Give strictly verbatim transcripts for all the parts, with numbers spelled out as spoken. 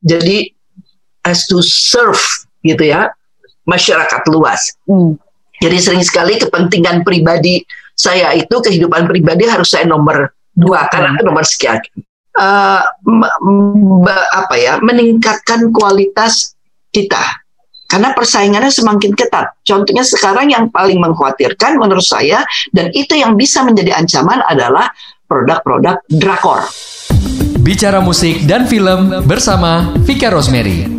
Jadi has to serve gitu ya masyarakat luas. Hmm. Jadi sering sekali kepentingan pribadi saya itu, kehidupan pribadi harus saya nomor dua karena nomor sekian. Uh, m- m- apa ya meningkatkan kualitas kita karena persaingannya semakin ketat. Contohnya sekarang yang paling mengkhawatirkan menurut saya dan itu yang bisa menjadi ancaman adalah produk-produk drakor. Bicara musik dan film bersama Vika Rosemary.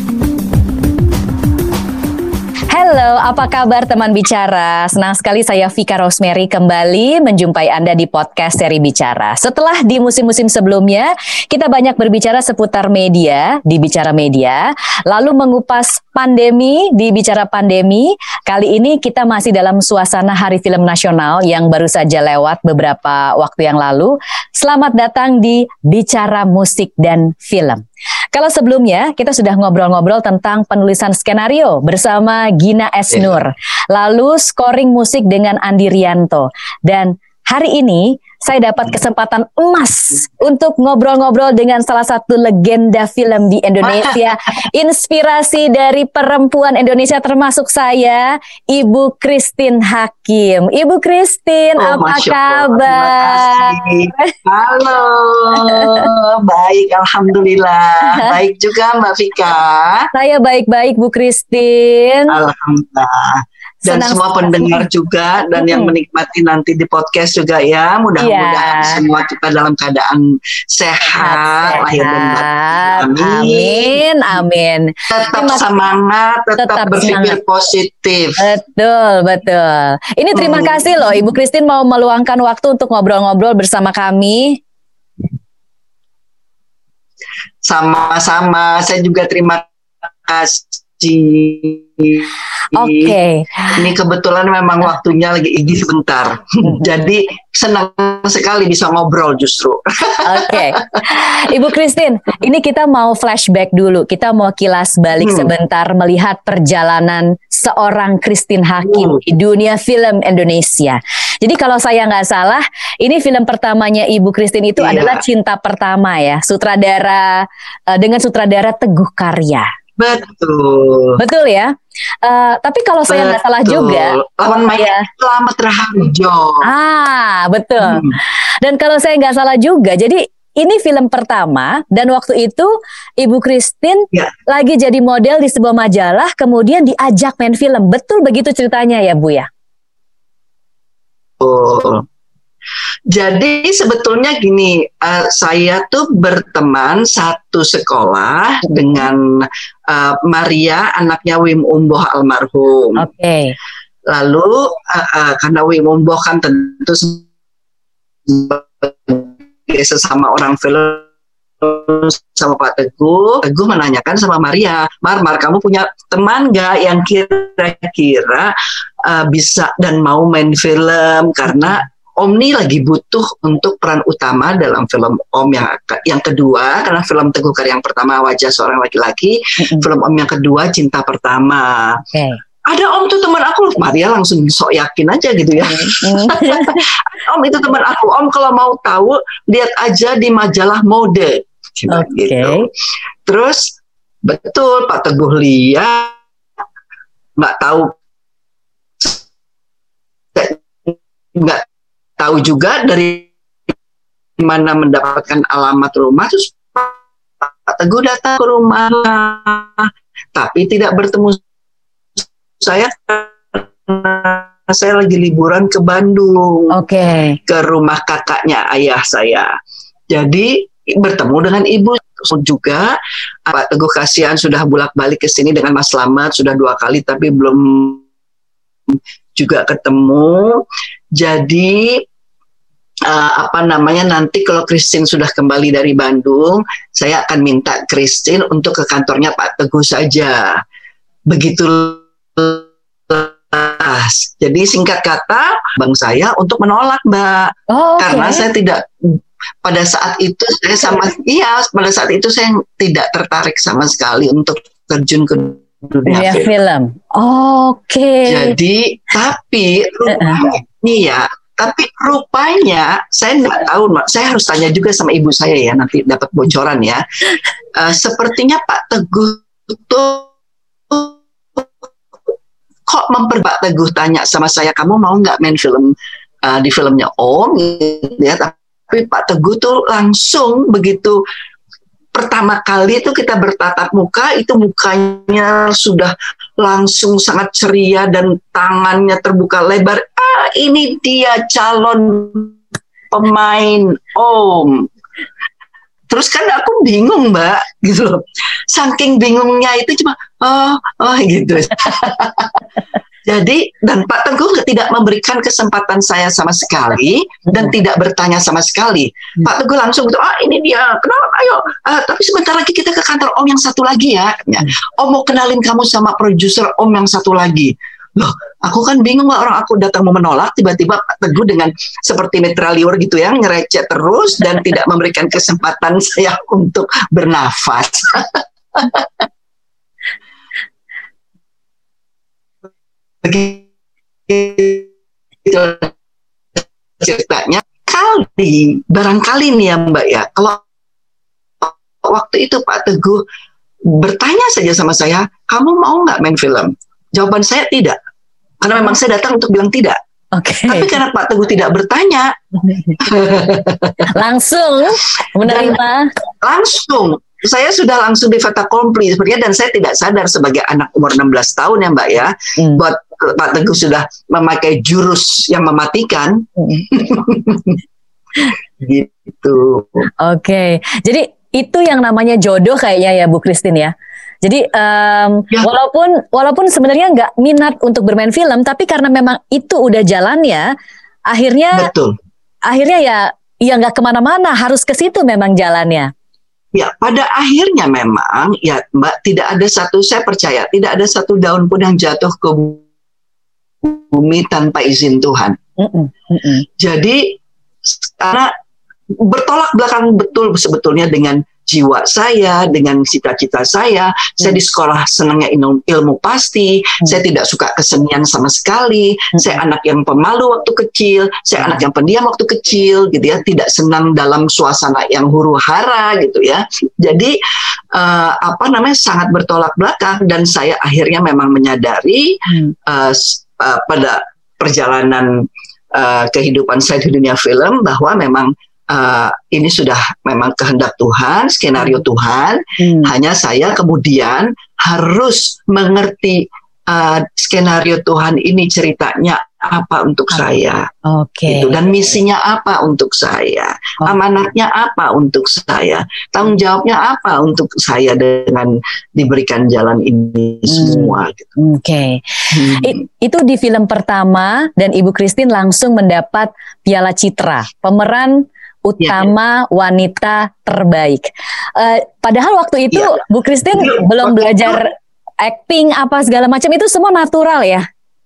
Halo, apa kabar teman bicara? Senang sekali saya Vika Rosemary kembali menjumpai Anda di podcast seri Bicara. Setelah di musim-musim sebelumnya, kita banyak berbicara seputar media di Bicara Media, lalu mengupas pandemi di Bicara Pandemi. Kali ini kita masih dalam suasana Hari Film Nasional yang baru saja lewat beberapa waktu yang lalu. Selamat datang di Bicara Musik dan Film. Kalau sebelumnya kita sudah ngobrol-ngobrol tentang penulisan skenario bersama Gina Esnur, lalu scoring musik dengan Andi Rianto, dan hari ini saya dapat kesempatan emas untuk ngobrol-ngobrol dengan salah satu legenda film di Indonesia, inspirasi dari perempuan Indonesia termasuk saya, Ibu Christine Hakim. Ibu Christine, oh, apa kabar? Halo, baik, alhamdulillah. Baik juga Mbak Vika. Saya baik-baik Bu Christine. Alhamdulillah. Dan senang semua sekali. Pendengar juga dan hmm. yang menikmati nanti di podcast juga ya, mudah-mudahan yeah. semua kita dalam keadaan sehat, lahir dan batin. Amin, amin. Tetap terima semangat, tetap, tetap berpikir semangat. Positif. Betul, betul. Ini terima hmm. kasih loh Ibu Christine mau meluangkan waktu untuk ngobrol-ngobrol bersama kami. Sama-sama, saya juga terima kasih. Oke. Okay. Ini kebetulan memang waktunya lagi izin sebentar. Jadi senang sekali bisa ngobrol justru. Oke. Okay. Ibu Christine, ini kita mau flashback dulu. Kita mau kilas balik hmm. sebentar melihat perjalanan seorang Christine Hakim hmm. di dunia film Indonesia. Jadi kalau saya nggak salah, ini film pertamanya Ibu Christine itu iya. adalah Cinta Pertama ya, sutradara uh, dengan sutradara Teguh Karya. Betul. Betul ya. Uh, tapi kalau saya nggak salah juga, lawan main ya. Selamat Raharjo. Ah, betul. Hmm. Dan kalau saya nggak salah juga, jadi ini film pertama dan waktu itu Ibu Christine ya. lagi jadi model di sebuah majalah, kemudian diajak main film. Betul begitu ceritanya ya, Bu ya? Oh. Jadi sebetulnya gini, uh, saya tuh berteman satu sekolah dengan uh, Maria, anaknya Wim Umboh almarhum. Oke. Okay. Lalu uh, uh, karena Wim Umboh kan tentu sesama orang film sama Pak Teguh, Teguh menanyakan sama Maria, Mar, Mar kamu punya teman nggak yang kira-kira uh, bisa dan mau main film karena Om nih lagi butuh untuk peran utama dalam film Om yang yang kedua, karena film Teguh Karya yang pertama Wajah Seorang Laki-Laki, mm-hmm. film Om yang kedua Cinta Pertama. Okay. Ada Om tuh teman aku, Maria langsung sok yakin aja gitu ya. Mm-hmm. Om itu teman aku, Om kalau mau tahu lihat aja di majalah mode. Okay. Gitu. Terus betul Pak Teguh lihat, nggak tahu, nggak tahu juga dari mana mendapatkan alamat rumah, terus Pak Teguh datang ke rumah, tapi tidak bertemu saya karena saya lagi liburan ke Bandung, okay. ke rumah kakaknya ayah saya. Jadi bertemu dengan ibu juga. Pak Teguh kasihan sudah bolak-balik ke sini dengan Mas Slamet sudah dua kali, tapi belum juga ketemu. Jadi Uh, apa namanya nanti kalau Christine sudah kembali dari Bandung, saya akan minta Christine untuk ke kantornya Pak Teguh saja. Begitu. Jadi singkat kata, bang saya untuk menolak Mbak, oh, okay. karena saya tidak pada saat itu saya sama iya pada saat itu saya tidak tertarik sama sekali untuk terjun ke dunia film. film. Oke. Okay. Jadi tapi uh-uh. ini ya. Tapi rupanya saya nggak tahu, saya harus tanya juga sama ibu saya ya, nanti dapat bocoran ya. Uh, sepertinya Pak Teguh itu kok memper Pak Teguh tanya sama saya, kamu mau nggak main film uh, di filmnya Om? Gitu ya. Tapi Pak Teguh tuh langsung begitu pertama kali itu kita bertatap muka, itu mukanya sudah langsung sangat ceria dan tangannya terbuka lebar. Ah, ini dia calon pemain Om. Terus kan aku bingung Mbak, gitu loh. Saking bingungnya itu cuma, oh, oh gitu. Jadi, dan Pak Teguh tidak memberikan kesempatan saya sama sekali, dan tidak bertanya sama sekali. Hmm. Pak Teguh langsung gitu, ah ini dia, kenapa, ayo, uh, tapi sebentar lagi kita ke kantor Om yang satu lagi ya. Hmm. Om mau kenalin kamu sama produser Om yang satu lagi. Loh, aku kan bingung, orang aku datang mau menolak, tiba-tiba Pak Teguh dengan seperti mitraliur gitu ya, ngereceh terus dan tidak memberikan kesempatan saya untuk bernafas. Begitu ceritanya. Kali, barangkali nih ya Mbak ya, kalau waktu itu Pak Teguh bertanya saja sama saya, kamu mau nggak main film? Jawaban saya tidak, karena memang saya datang untuk bilang tidak. Okay. Tapi karena Pak Teguh tidak bertanya, langsung menerima. Langsung, saya sudah langsung di fait accompli sepertinya, dan saya tidak sadar sebagai anak umur enam belas tahun ya Mbak ya, hmm. buat Pak Teguh sudah memakai jurus yang mematikan. Hmm. Gitu. Oke, okay. Jadi itu yang namanya jodoh kayaknya ya Bu Christine ya. Jadi um, ya. walaupun walaupun sebenarnya nggak minat untuk bermain film, tapi karena memang itu udah jalannya, akhirnya Betul. akhirnya ya ya nggak kemana-mana, harus ke situ memang jalannya. Ya, pada akhirnya memang ya Mbak, tidak ada satu, saya percaya tidak ada satu daun pun yang jatuh ke bumi tanpa izin Tuhan. Mm-mm, mm-mm. Jadi karena bertolak belakang betul sebetulnya dengan jiwa saya, dengan cita-cita saya. Hmm. Saya di sekolah senangnya ilmu, ilmu pasti. Hmm. Saya tidak suka kesenian sama sekali. Hmm. Saya anak yang pemalu waktu kecil. Saya hmm. anak yang pendiam waktu kecil, gitu ya. Tidak senang dalam suasana yang huru-hara, gitu ya. Jadi uh, apa namanya sangat bertolak belakang, dan saya akhirnya memang menyadari hmm. uh, uh, pada perjalanan uh, kehidupan saya di dunia film bahwa memang Uh, ini sudah memang kehendak Tuhan, skenario Tuhan. Hmm. Hanya saya kemudian harus mengerti uh, skenario Tuhan ini ceritanya apa untuk oh. saya, okay. gitu. Dan misinya apa untuk saya, oh. amanatnya apa untuk saya, tanggung jawabnya apa untuk saya dengan diberikan jalan ini hmm. semua. Gitu. Oke, okay. hmm. It, itu di film pertama, dan Ibu Christine langsung mendapat Piala Citra pemeran utama ya, ya. wanita terbaik. Uh, padahal waktu itu ya. Bu Christine ya. belum belajar acting apa segala macam, itu semua natural ya?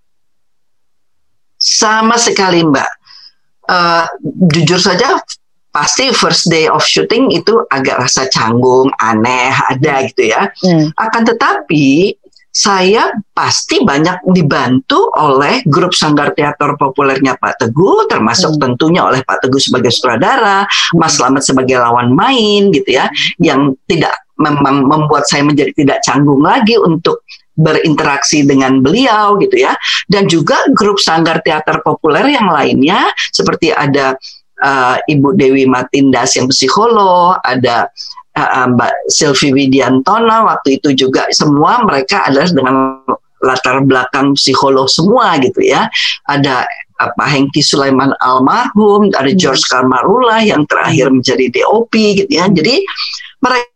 Sama sekali Mbak. Uh, jujur saja, pasti first day of shooting itu agak rasa canggung, aneh, ada gitu ya. Hmm. Akan tetapi saya pasti banyak dibantu oleh grup Sanggar Teater Populernya Pak Teguh, termasuk hmm. tentunya oleh Pak Teguh sebagai sutradara, hmm. Mas Slamet sebagai lawan main, gitu ya, yang tidak memang membuat saya menjadi tidak canggung lagi untuk berinteraksi dengan beliau, gitu ya. Dan juga grup Sanggar Teater Populer yang lainnya, seperti ada uh, Ibu Dewi Matindas yang psikolog, ada Uh, Mbak Sylvie Widiantona waktu itu juga, semua mereka adalah dengan latar belakang psikolog semua, gitu ya. Ada apa Hengki Sulaiman almarhum, ada George hmm. Karmarula yang terakhir menjadi D O P, gitu ya. Jadi mereka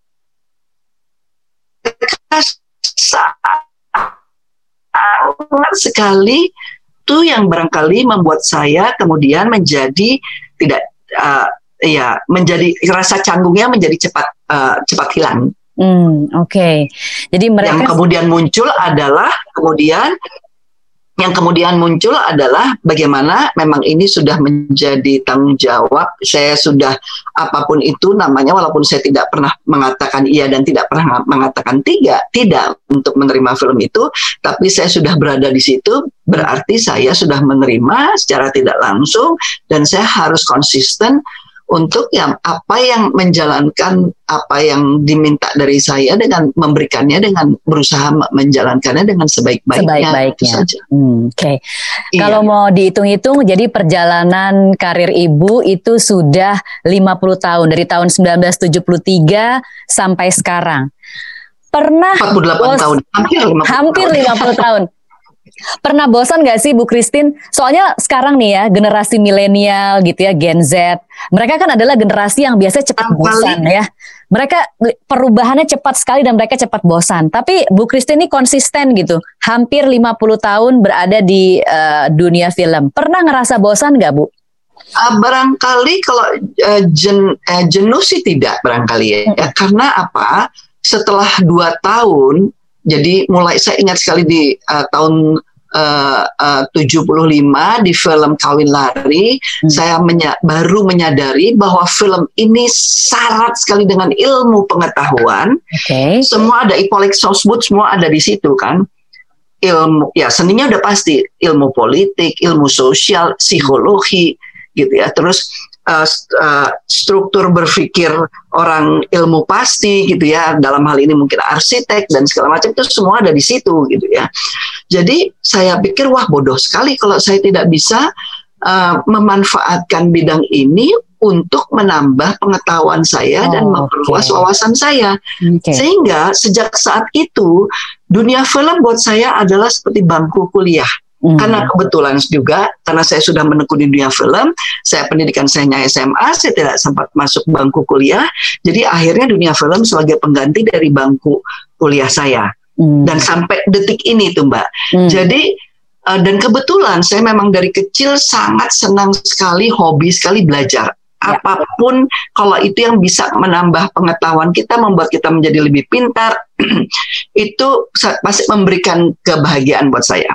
sangat sekali tuh yang barangkali membuat saya kemudian menjadi tidak uh, ya menjadi rasa canggungnya menjadi cepat uh, cepat hilang. Hmm, Oke, okay. Jadi mereka yang kemudian muncul adalah kemudian yang kemudian muncul adalah bagaimana memang ini sudah menjadi tanggung jawab. Saya sudah apapun itu namanya, walaupun saya tidak pernah mengatakan iya dan tidak pernah mengatakan tidak, tidak untuk menerima film itu, tapi saya sudah berada di situ, berarti saya sudah menerima secara tidak langsung dan saya harus konsisten untuk yang apa yang menjalankan apa yang diminta dari saya dengan memberikannya, dengan berusaha menjalankannya dengan sebaik-baiknya. Sebaik-baiknya. Hmm, Oke. Okay. Iya. Kalau mau dihitung-hitung, jadi perjalanan karir Ibu itu sudah lima puluh tahun, dari tahun sembilan belas tujuh puluh tiga sampai sekarang. Pernah empat puluh delapan bos, tahun, hampir lima puluh hampir tahun. lima puluh tahun. Pernah bosan gak sih Bu Christine? Soalnya sekarang nih ya, generasi milenial gitu ya, Gen Z, mereka kan adalah generasi yang biasa cepat bosan ya. Mereka perubahannya cepat sekali dan mereka cepat bosan. Tapi Bu Christine ini konsisten gitu, hampir lima puluh tahun berada di uh, dunia film. Pernah ngerasa bosan gak Bu? Uh, barangkali kalau uh, jen, uh, jenuh sih tidak barangkali ya. Hmm. Ya, karena apa? Setelah dua tahun, jadi mulai saya ingat sekali di uh, tahun uh, uh, tujuh puluh lima di film Kawin Lari, hmm. saya menya- baru menyadari bahwa film ini syarat sekali dengan ilmu pengetahuan. Okay. Semua ada, Ippolik Sosbud semua ada di situ kan. Ilmu, ya seninya udah pasti, ilmu politik, ilmu sosial, psikologi gitu ya. Terus Uh, uh, struktur berpikir orang ilmu pasti gitu ya, dalam hal ini mungkin arsitek dan segala macam, itu semua ada di situ gitu ya. Jadi saya pikir wah bodoh sekali kalau saya tidak bisa uh, memanfaatkan bidang ini untuk menambah pengetahuan saya oh, dan memperluas okay. wawasan saya. Okay. Sehingga sejak saat itu dunia film buat saya adalah seperti bangku kuliah. Mm. Karena kebetulan juga, karena saya sudah menekuni dunia film, saya pendidikan saya hanya S M A, saya tidak sempat masuk bangku kuliah, jadi akhirnya dunia film sebagai pengganti dari bangku kuliah saya. Mm. Dan sampai detik ini tuh Mbak. Mm. Jadi, uh, dan kebetulan saya memang dari kecil sangat senang sekali, hobi sekali belajar. Ya. Apapun, kalau itu yang bisa menambah pengetahuan kita, membuat kita menjadi lebih pintar, itu pasti memberikan kebahagiaan buat saya.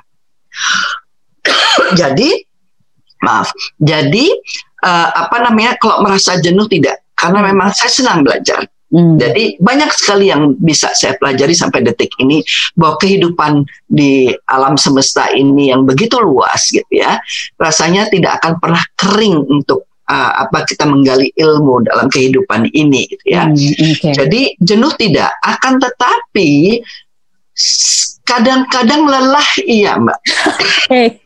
Jadi, maaf. Jadi, uh, apa namanya? Kalau merasa jenuh tidak, karena memang saya senang belajar. Hmm. Jadi banyak sekali yang bisa saya pelajari sampai detik ini, bahwa kehidupan di alam semesta ini yang begitu luas, gitu ya. Rasanya tidak akan pernah kering untuk uh, apa kita menggali ilmu dalam kehidupan ini, gitu ya. Hmm, okay. Jadi jenuh tidak, akan tetapi kadang-kadang lelah, iya Mbak. Hey.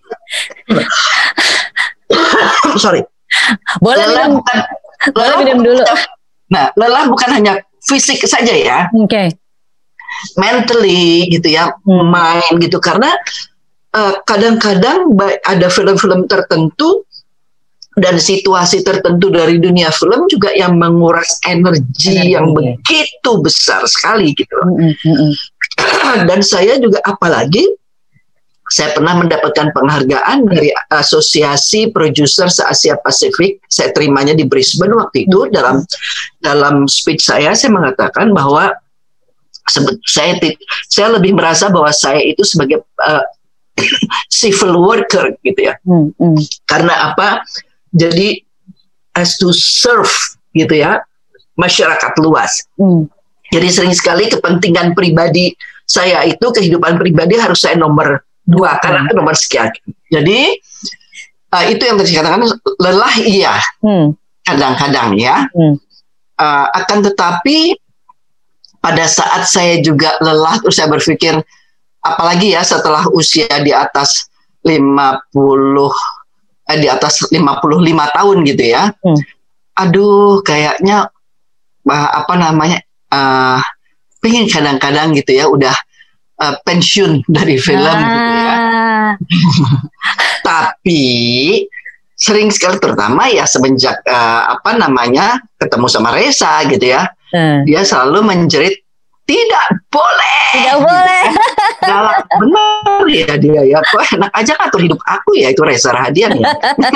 Sorry. Boleh lelah minum, bukan, boleh lelah minum dulu. Bukan, nah, lelah bukan hanya fisik saja ya. Oke. Okay. Mentally gitu ya, hmm. main gitu. Karena uh, kadang-kadang ada film-film tertentu dan situasi tertentu dari dunia film juga yang menguras energi, energi yang begitu besar sekali gitu. Mm-hmm. Dan saya juga apalagi saya pernah mendapatkan penghargaan dari Asosiasi Produser se-Asia Pasifik. Saya terimanya di Brisbane waktu itu. Mm-hmm. Dalam dalam speech saya saya mengatakan bahwa saya saya lebih merasa bahwa saya itu sebagai uh, civil worker gitu ya. Mm-hmm. Karena apa? Jadi as to serve gitu ya masyarakat luas. Hmm. Jadi sering sekali kepentingan pribadi saya itu, kehidupan pribadi harus saya nomor dua hmm. karena nomor sekian. Jadi uh, itu yang tadi katakan, lelah iya hmm. kadang-kadang ya. Hmm. Uh, akan tetapi pada saat saya juga lelah, terus saya berpikir apalagi ya setelah usia di atas lima puluh di atas lima puluh lima tahun gitu ya. Hmm. Aduh, kayaknya apa namanya? Uh, pengen kadang-kadang gitu ya udah uh, pensiun dari film ah. gitu ya. Tapi sering sekali, terutama ya semenjak uh, apa namanya? ketemu sama Reza gitu ya. Hmm. Dia selalu menjerit tidak boleh. Tidak boleh. Galak benar ya dia ya. Kok enak aja ngatur hidup aku ya, itu Reza Rahadian ya.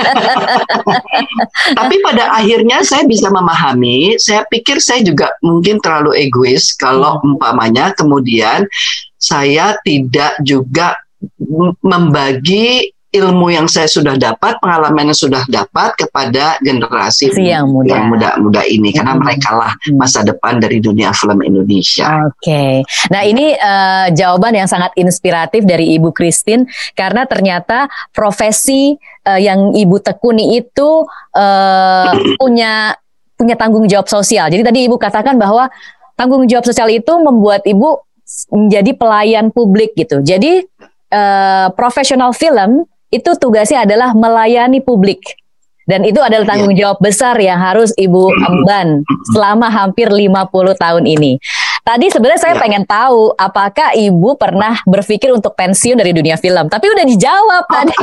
Tapi pada akhirnya saya bisa memahami. Saya pikir saya juga mungkin terlalu egois kalau umpamanya kemudian saya tidak juga membagi ilmu yang saya sudah dapat, pengalaman yang sudah dapat kepada generasi yang muda, yang muda-muda ini, karena hmm. mereka lah masa depan dari dunia film Indonesia. Oke, okay. Nah ini uh, jawaban yang sangat inspiratif dari Ibu Christine, karena ternyata profesi uh, yang Ibu tekuni itu uh, punya punya tanggung jawab sosial. Jadi tadi Ibu katakan bahwa tanggung jawab sosial itu membuat Ibu menjadi pelayan publik gitu. Jadi uh, profesional film itu tugasnya adalah melayani publik. Dan itu adalah tanggung jawab besar yang harus Ibu emban selama hampir lima puluh tahun ini. Tadi sebenarnya saya pengen tahu apakah Ibu pernah berpikir untuk pensiun dari dunia film. Tapi udah dijawab tadi.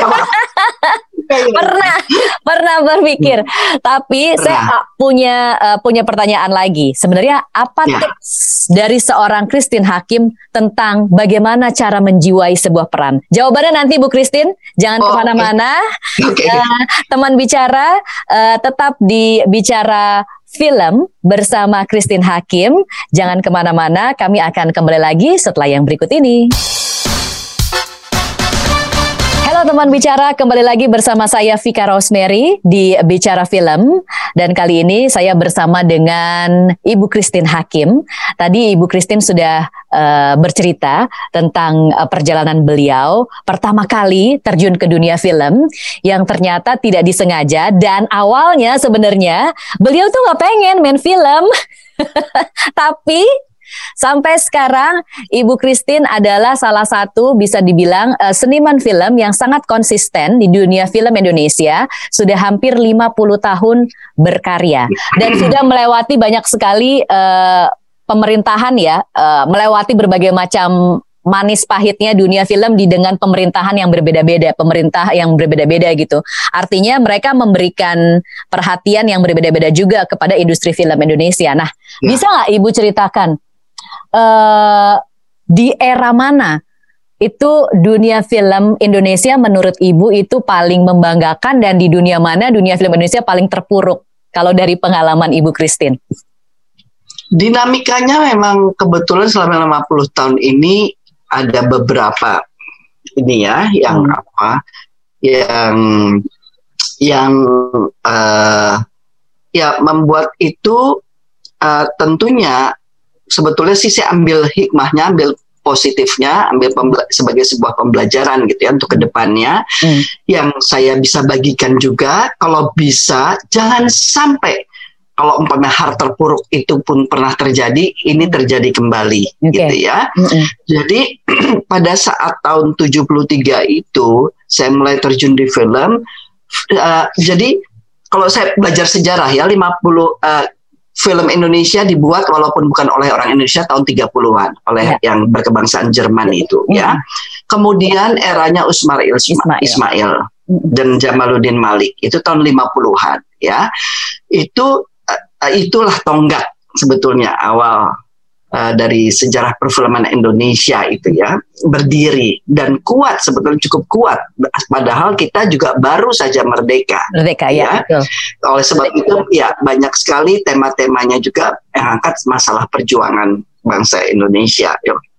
pernah, pernah berpikir. Tapi pernah. Saya punya uh, punya pertanyaan lagi. Sebenarnya apa ya. tips dari seorang Christine Hakim tentang bagaimana cara menjiwai sebuah peran? Jawabannya nanti Bu Christine. Jangan oh, kemana-mana. Okay. Okay. Uh, teman bicara uh, tetap di Bicara Film bersama Christine Hakim. Jangan kemana-mana. Kami akan kembali lagi setelah yang berikut ini. Halo teman bicara, kembali lagi bersama saya Vika Rosemary di Bicara Film. Dan kali ini saya bersama dengan Ibu Christine Hakim. Tadi Ibu Christine sudah uh, bercerita tentang uh, perjalanan beliau pertama kali terjun ke dunia film yang ternyata tidak disengaja. Dan awalnya sebenarnya beliau tuh gak pengen main film. Tapi sampai sekarang Ibu Christine adalah salah satu bisa dibilang uh, seniman film yang sangat konsisten di dunia film Indonesia. Sudah hampir lima puluh tahun berkarya dan sudah melewati banyak sekali uh, pemerintahan ya, uh, melewati berbagai macam manis pahitnya dunia film di dengan pemerintahan yang berbeda-beda, pemerintah yang berbeda-beda gitu. Artinya mereka memberikan perhatian yang berbeda-beda juga kepada industri film Indonesia. Nah, ya. Bisa nggak Ibu ceritakan Uh, di era mana itu dunia film Indonesia menurut Ibu itu paling membanggakan, dan di dunia mana dunia film Indonesia paling terpuruk kalau dari pengalaman Ibu Christine? Dinamikanya memang kebetulan selama lima puluh tahun ini ada beberapa ini ya yang hmm. apa yang yang uh, ya membuat itu uh, tentunya sebetulnya sih saya ambil hikmahnya, ambil positifnya, ambil pembela- sebagai sebuah pembelajaran gitu ya untuk kedepannya. Hmm. Yang saya bisa bagikan juga, kalau bisa jangan sampai kalau umpamanya hal terpuruk itu pun pernah terjadi, ini terjadi kembali, okay. gitu ya. Hmm. Jadi pada saat tahun tujuh puluh tiga itu saya mulai terjun di film. Uh, jadi kalau saya belajar sejarah ya, lima puluh uh, film Indonesia dibuat walaupun bukan oleh orang Indonesia tahun tiga puluhan oleh ya. yang berkebangsaan Jerman itu mm. ya. Kemudian eranya Usmail Ismail, Ismail mm. dan Jamaluddin Malik itu tahun lima puluhan ya. Itu uh, itulah tonggak sebetulnya awal uh, dari sejarah perfilman Indonesia itu ya, berdiri dan kuat, sebetulnya cukup kuat, padahal kita juga baru saja merdeka. Merdeka ya. ya. Oleh sebab merdeka. itu ya banyak sekali tema-temanya juga yang angkat masalah perjuangan bangsa Indonesia.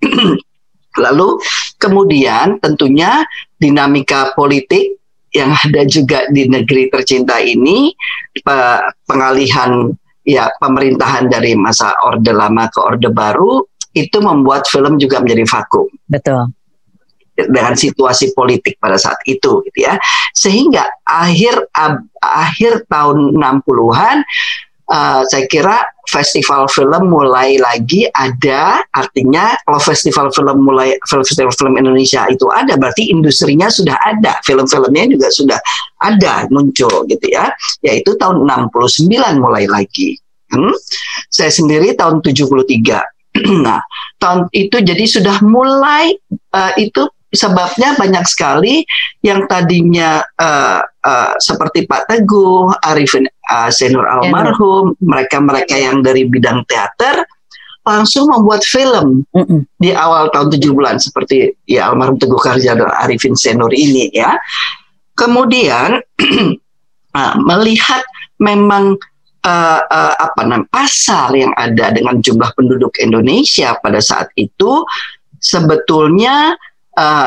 Lalu kemudian tentunya dinamika politik yang ada juga di negeri tercinta ini, pengalihan ya pemerintahan dari masa Orde Lama ke Orde Baru itu membuat film juga menjadi vakum. Betul. Dengan situasi politik pada saat itu gitu ya. Sehingga akhir ab, akhir tahun enam puluhan uh, saya kira festival film mulai lagi ada. Artinya kalau festival film mulai festival film Indonesia itu ada, berarti industrinya sudah ada, film-filmnya juga sudah ada muncul gitu ya. Yaitu tahun enam puluh sembilan mulai lagi. Hmm? Saya sendiri tahun tujuh puluh tiga. Nah, tahun itu jadi sudah mulai uh, itu sebabnya banyak sekali yang tadinya uh, uh, seperti Pak Teguh, Arifin uh, Senur almarhum, mereka-mereka yang dari bidang teater langsung membuat film Mm-mm. di awal tahun tujuh bulan seperti ya almarhum Teguh Karja dan Arifin Senur ini ya. Kemudian uh, melihat memang Uh, uh, apa namanya pasar yang ada dengan jumlah penduduk Indonesia pada saat itu sebetulnya uh,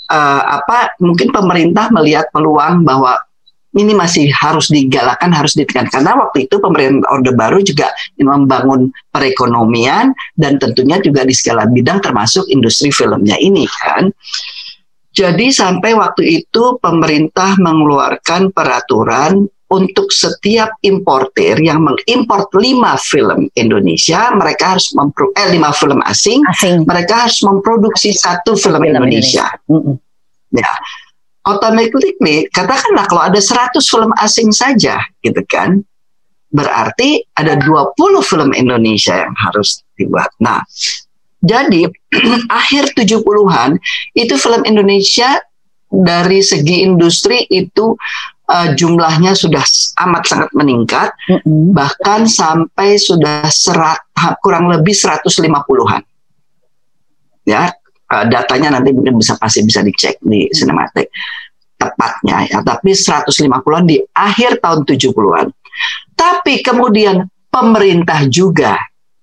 uh, apa mungkin pemerintah melihat peluang bahwa ini masih harus digalakan, harus ditekan. Karena waktu itu pemerintah Orde Baru juga membangun perekonomian dan tentunya juga di segala bidang termasuk industri filmnya ini kan. Jadi sampai waktu itu pemerintah mengeluarkan peraturan untuk setiap importer yang mengimpor lima film Indonesia, mereka harus mempro eh lima film asing, asing, mereka harus memproduksi satu film, film Indonesia. Indonesia. Ya. Automatically, katakanlah kalau ada seratus film asing saja, gitu kan, berarti ada dua puluh film Indonesia yang harus dibuat. Nah, jadi akhir tujuh puluhan itu film Indonesia dari segi industri itu uh, jumlahnya sudah amat sangat meningkat, mm-hmm. bahkan sampai sudah serat, kurang lebih seratus lima puluhan. Ya. Uh, datanya nanti mungkin bisa pasti bisa dicek di Sinematik tepatnya ya, tapi seratus lima puluhan di akhir tahun tujuh puluhan. Tapi kemudian pemerintah juga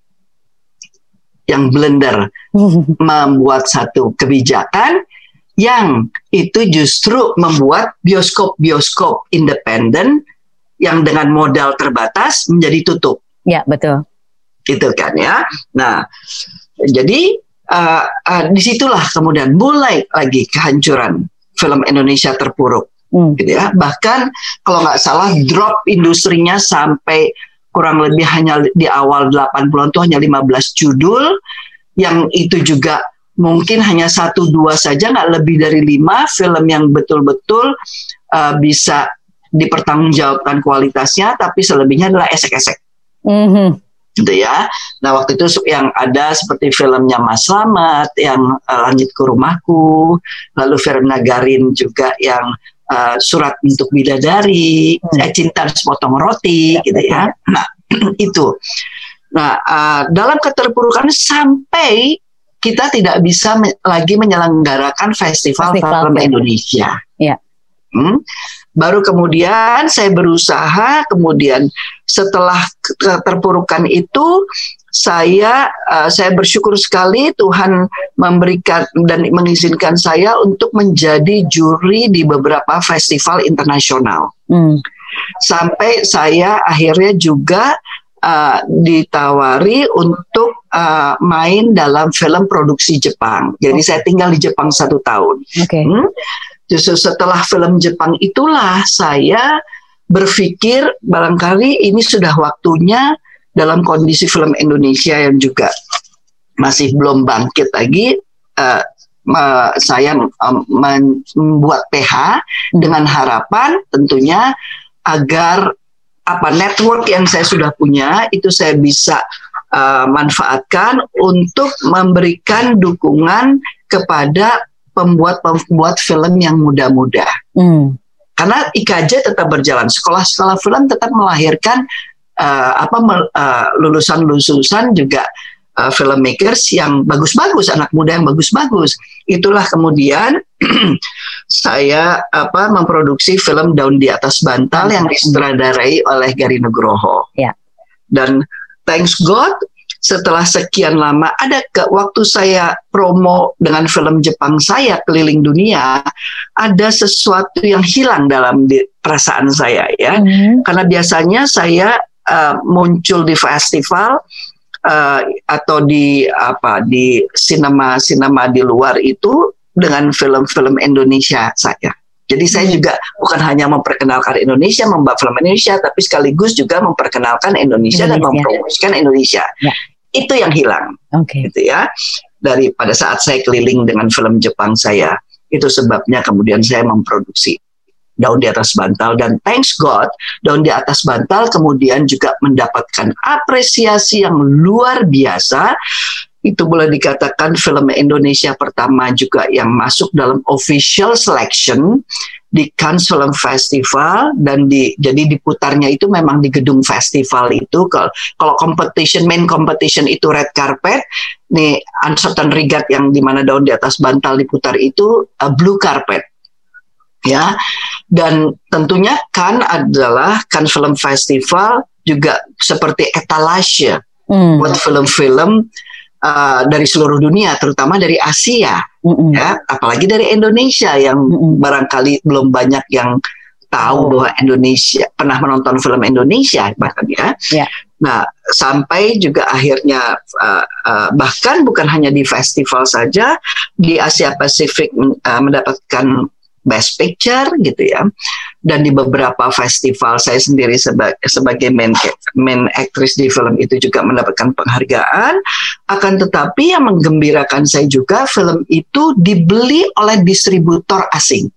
yang blender membuat satu kebijakan yang itu justru membuat bioskop-bioskop independen yang dengan modal terbatas menjadi tutup. Ya, betul. Gitu kan ya. Nah, jadi Uh, uh, disitulah kemudian mulai lagi kehancuran film Indonesia terpuruk, hmm. gitu ya. Bahkan kalau nggak salah drop industrinya sampai kurang lebih hanya di awal delapan puluhan itu hanya lima belas judul, yang itu juga mungkin hanya satu dua saja, nggak lebih dari lima film yang betul-betul uh, bisa dipertanggungjawabkan kualitasnya, tapi selebihnya adalah esek-esek. Mm-hmm. Gitu ya. Nah waktu itu yang ada seperti filmnya Mas Slamet yang uh, Langit ke Rumahku, lalu film Nagarin juga yang uh, Surat untuk Bidadari, hmm. eh, Cinta Sepotong Roti, gitu ya. Nah itu. Nah uh, dalam keterpurukan sampai kita tidak bisa me- lagi menyelenggarakan festival, festival film Indonesia. Ya. Hmm? Baru kemudian saya berusaha, kemudian setelah keterpurukan itu saya uh, saya bersyukur sekali Tuhan memberikan dan mengizinkan saya untuk menjadi juri di beberapa festival internasional. Hmm. Sampai saya akhirnya juga uh, ditawari untuk uh, main dalam film produksi Jepang. Jadi saya tinggal di Jepang satu tahun. Okay. Hmm? Justru setelah film Jepang itulah saya berpikir barangkali ini sudah waktunya dalam kondisi film Indonesia yang juga masih belum bangkit lagi, uh, uh, saya um, membuat P H dengan harapan tentunya agar apa network yang saya sudah punya itu saya bisa uh, manfaatkan untuk memberikan dukungan kepada pembuat-pembuat film yang muda-muda. Hmm. Karena I K J tetap berjalan, sekolah-sekolah film tetap melahirkan uh, apa uh, lulusan-lulusan juga uh, filmmakers yang bagus-bagus, anak muda yang bagus-bagus. Itulah kemudian saya apa memproduksi film Daun di Atas Bantal yang disutradarai oleh Gari Nugroho. Ya. Dan thanks God, setelah sekian lama, ada ke waktu saya promo dengan film Jepang saya keliling dunia, ada sesuatu yang hilang dalam di, perasaan saya ya, mm-hmm. karena biasanya saya uh, muncul di festival uh, atau di apa di sinema-sinema di luar itu dengan film-film Indonesia saya. Jadi saya juga bukan hanya memperkenalkan Indonesia, membawa film Indonesia, tapi sekaligus juga memperkenalkan Indonesia, Indonesia. dan mempromosikan Indonesia. Ya. Itu yang hilang, okay. gitu ya. Dari pada saat saya keliling dengan film Jepang saya, itu sebabnya kemudian saya memproduksi Daun di Atas Bantal, dan thanks God, Daun di Atas Bantal kemudian juga mendapatkan apresiasi yang luar biasa. Itu boleh dikatakan film Indonesia pertama juga yang masuk dalam official selection di Cannes Film Festival, dan di jadi diputarnya itu memang di gedung festival itu. Kalau kalau competition main competition itu red carpet, nih Uncertain Regard yang di mana Daun di Atas Bantal diputar itu uh, blue carpet. Ya. Dan tentunya Cannes adalah Cannes Film Festival juga seperti etalase hmm. buat film-film uh, dari seluruh dunia, terutama dari Asia, mm-hmm. ya, apalagi dari Indonesia yang mm-hmm. barangkali belum banyak yang tahu oh. bahwa Indonesia pernah menonton film Indonesia bahkan ya. Yeah. Nah, sampai juga akhirnya uh, uh, bahkan bukan hanya di festival saja, di Asia Pasifik uh, mendapatkan Best Picture gitu ya, dan di beberapa festival saya sendiri seba- sebagai main main actress di film itu juga mendapatkan penghargaan. Akan tetapi yang menggembirakan saya juga, film itu dibeli oleh distributor asing.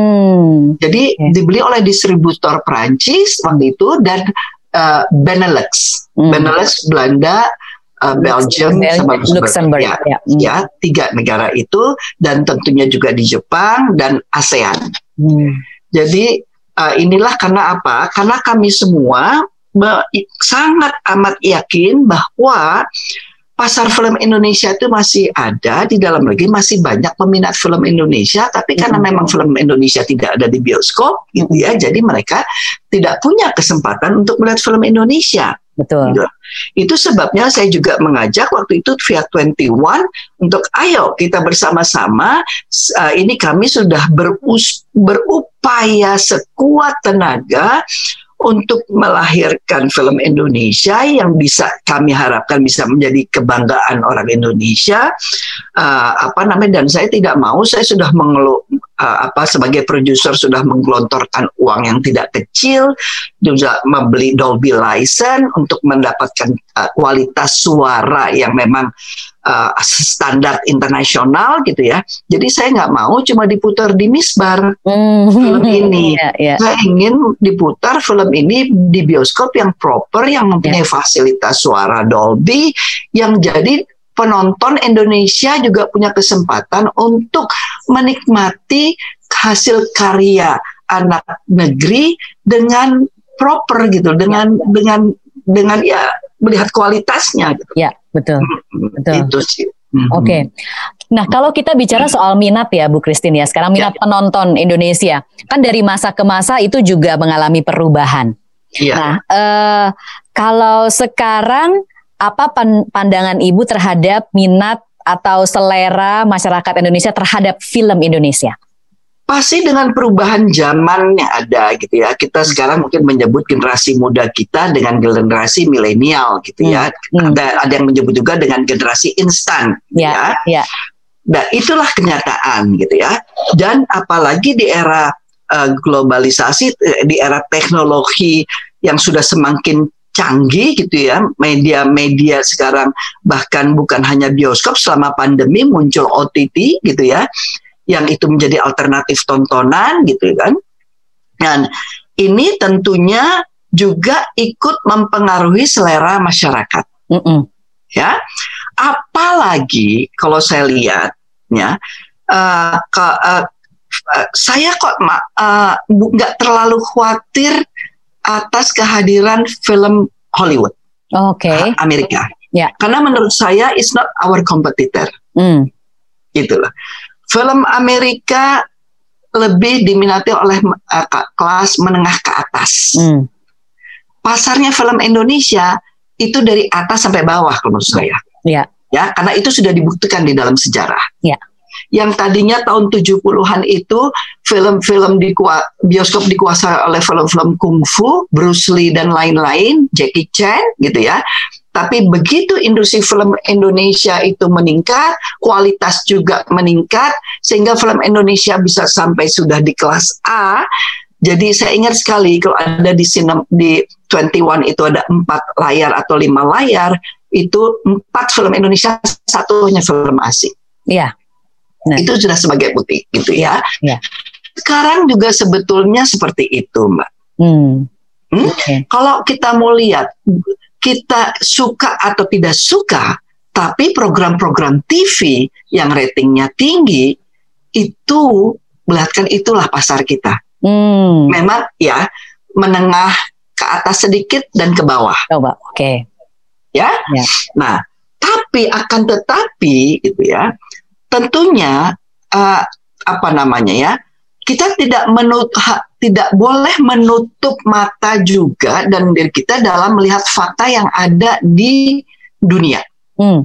Hmm. Jadi okay. dibeli oleh distributor Prancis waktu itu dan uh, Benelux, hmm. Benelux, Belanda, uh, Belgium, Belgium sama Luxembourg, ya, ya. ya tiga negara itu, dan tentunya juga di Jepang dan ASEAN. Hmm. Jadi uh, inilah karena apa? Karena kami semua be- sangat amat yakin bahwa pasar film Indonesia itu masih ada di dalam negeri, masih banyak peminat film Indonesia, tapi karena memang film Indonesia tidak ada di bioskop, gitu ya, jadi mereka tidak punya kesempatan untuk melihat film Indonesia. Betul. Gitu. Itu sebabnya saya juga mengajak waktu itu via dua puluh satu untuk ayo kita bersama-sama, uh, ini kami sudah berus- berupaya sekuat tenaga untuk melahirkan film Indonesia yang bisa kami harapkan bisa menjadi kebanggaan orang Indonesia, uh, apa namanya, dan saya tidak mau, saya sudah mengeluh, uh, apa sebagai produser sudah menggelontorkan uang yang tidak kecil, juga membeli Dolby license untuk mendapatkan uh, kualitas suara yang memang uh, standar internasional gitu ya. Jadi saya nggak mau cuma diputar di Misbar mm. film ini. Yeah, yeah. Saya ingin diputar film ini di bioskop yang proper, yang mempunyai yeah. fasilitas suara Dolby, yang jadi penonton Indonesia juga punya kesempatan untuk menikmati hasil karya anak negeri dengan proper gitu, dengan yeah. dengan dengan ya melihat kualitasnya gitu. Ya, betul. Betul. Itu sih. Oke. Okay. Nah, kalau kita bicara soal minat ya Bu Christine ya, sekarang minat ya. penonton Indonesia kan dari masa ke masa itu juga mengalami perubahan. Ya. Nah, eh, kalau sekarang apa pandangan Ibu terhadap minat atau selera masyarakat Indonesia terhadap film Indonesia? Pasti dengan perubahan zaman yang ada gitu ya. Kita sekarang mungkin menyebut generasi muda kita dengan generasi milenial gitu ya. Hmm. Ada, ada yang menyebut juga dengan generasi instan ya. ya. Nah, itulah kenyataan gitu ya. Dan apalagi di era uh, globalisasi, di era teknologi yang sudah semakin canggih gitu ya, media-media sekarang bahkan bukan hanya bioskop, selama pandemi muncul O T T gitu ya, yang itu menjadi alternatif tontonan gitu kan. Dan ini tentunya juga ikut mempengaruhi selera masyarakat. Mm-mm. Ya, apalagi kalau saya lihat ya, uh, ke, uh, uh, saya kok nggak uh, terlalu khawatir atas kehadiran film Hollywood, Oke, okay. Amerika. Ya. Karena menurut saya it's not our competitor. Mm. Itulah. Film Amerika lebih diminati oleh uh, kelas menengah ke atas. Mm. Pasarnya film Indonesia itu dari atas sampai bawah menurut saya. Ya. Ya, karena itu sudah dibuktikan di dalam sejarah. Ya. Yang tadinya tahun tujuh puluhan itu film-film di bioskop dikuasai oleh film-film kungfu, Bruce Lee dan lain-lain, Jackie Chan gitu ya. Tapi begitu industri film Indonesia itu meningkat, kualitas juga meningkat, sehingga film Indonesia bisa sampai sudah di kelas A. Jadi saya ingat sekali kalau ada di sinem, di dua puluh satu itu ada empat layar atau lima layar, itu empat film Indonesia, satunya film asing. Iya. Nah. Itu sudah sebagai bukti gitu ya. Ya. Sekarang juga sebetulnya seperti itu, Mbak. Hmm. Hmm? Okay. Kalau kita mau lihat, kita suka atau tidak suka, tapi program-program T V yang ratingnya tinggi itu, melihatkan itulah pasar kita. Hmm. Memang ya menengah ke atas sedikit dan ke bawah. Coba, oke. Okay. Ya. ya. Nah, tapi akan tetapi itu ya, tentunya uh, apa namanya ya, kita tidak menut ha, tidak boleh menutup mata juga dan diri kita dalam melihat fakta yang ada di dunia. Hmm.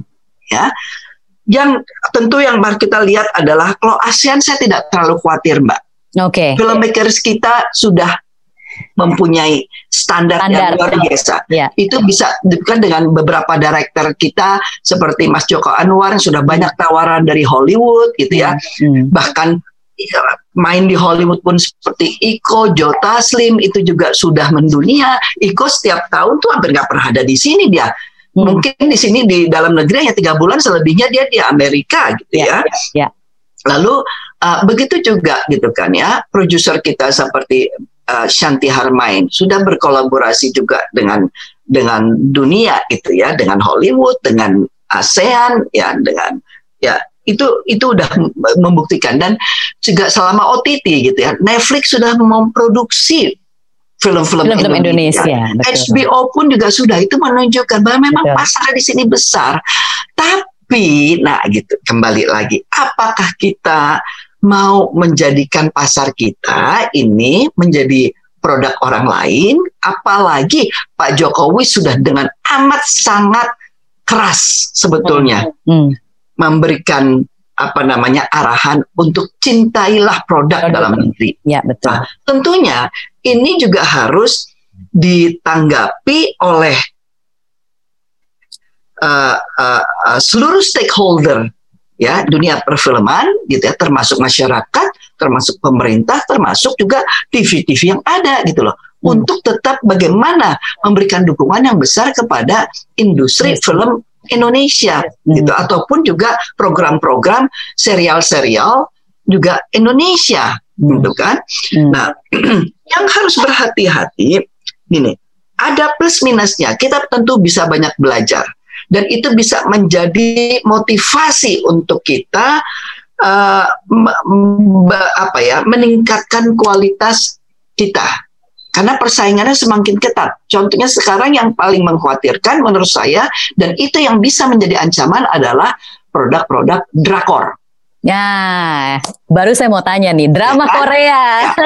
ya. Yang tentu yang kita lihat adalah kalau ASEAN saya tidak terlalu khawatir, Mbak. Oke. Okay. Filmmakers kita sudah mempunyai standar, standar yang luar biasa. Yeah. Itu bisa bukan dengan beberapa director kita seperti Mas Joko Anwar yang sudah banyak tawaran dari Hollywood gitu ya. Mm. Bahkan main di Hollywood pun seperti Iko, Joe Taslim itu juga sudah mendunia. Iko setiap tahun tuh hampir nggak pernah ada di sini dia. Hmm. Mungkin di sini di dalam negeri hanya tiga bulan, selebihnya dia di Amerika gitu ya. ya, ya. Lalu uh, begitu juga gitu kan ya, produser kita seperti uh, Shanti Harmain sudah berkolaborasi juga dengan dengan dunia gitu ya, dengan Hollywood, dengan ASEAN ya, dengan ya itu itu udah membuktikan. Dan juga selama O T T gitu ya, Netflix sudah memproduksi film-film Indonesia. Indonesia H B O pun juga sudah, itu menunjukkan bahwa memang betul. Pasar di sini besar. Tapi, nah gitu, kembali lagi, apakah kita mau menjadikan pasar kita ini menjadi produk orang lain? Apalagi Pak Jokowi sudah dengan amat sangat keras sebetulnya hmm. memberikan apa namanya arahan untuk cintailah produk, produk dalam negeri. Ya, betul. Nah, tentunya ini juga harus ditanggapi oleh uh, uh, uh, seluruh stakeholder ya dunia perfilman gitu ya, termasuk masyarakat, termasuk pemerintah, termasuk juga T V-T V yang ada gitu loh, hmm. untuk tetap bagaimana memberikan dukungan yang besar kepada industri hmm. film Indonesia hmm. gitu, ataupun juga program-program serial-serial juga Indonesia. Hmm. Gitu kan? Hmm. Nah, yang harus berhati-hati gini, ada plus minusnya. Kita tentu bisa banyak belajar dan itu bisa menjadi motivasi untuk kita uh, apa ya, meningkatkan kualitas kita. Karena persaingannya semakin ketat. Contohnya sekarang yang paling mengkhawatirkan menurut saya, dan itu yang bisa menjadi ancaman adalah produk-produk drakor. Ya, baru saya mau tanya nih, drama ya, Korea.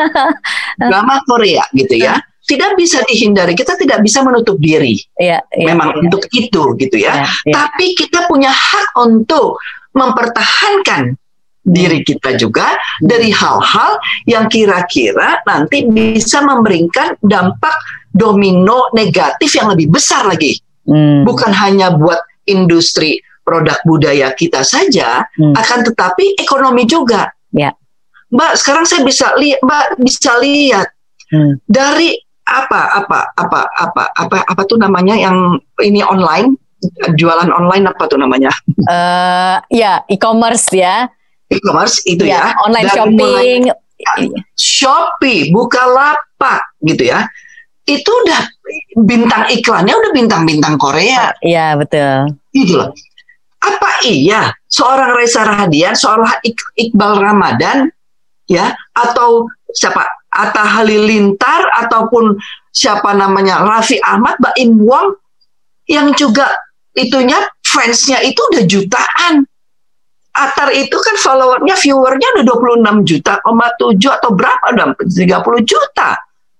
Ya. Drama Korea gitu ya. Tidak bisa dihindari, kita tidak bisa menutup diri. Ya, ya, memang ya. Untuk itu gitu ya. Ya, ya. Tapi kita punya hak untuk mempertahankan diri kita juga dari hal-hal yang kira-kira nanti bisa memberikan dampak domino negatif yang lebih besar lagi. Hmm. Bukan hanya buat industri produk budaya kita saja, hmm. akan tetapi ekonomi juga. Ya. Mbak, sekarang saya bisa lihat, Mbak bisa lihat hmm. dari apa apa apa apa apa apa tuh namanya yang ini online, jualan online apa tuh namanya? Uh, ya, e-commerce ya. E-commerce itu ya, ya online dari shopping, mulai, Shopee, Bukalapak gitu ya. Itu udah bintang iklannya udah bintang-bintang Korea. Iya, betul. Gitu loh. Apa iya seorang Reza Rahadian, seorang Ik- Iqbal Ramadan ya, atau siapa Atta Halilintar, ataupun siapa namanya Raffi Ahmad, Baim Wong yang juga itunya fansnya itu udah jutaan. Attar itu kan followernya, viewernya udah dua puluh enam juta koma tujuh atau berapa, udah tiga puluh juta.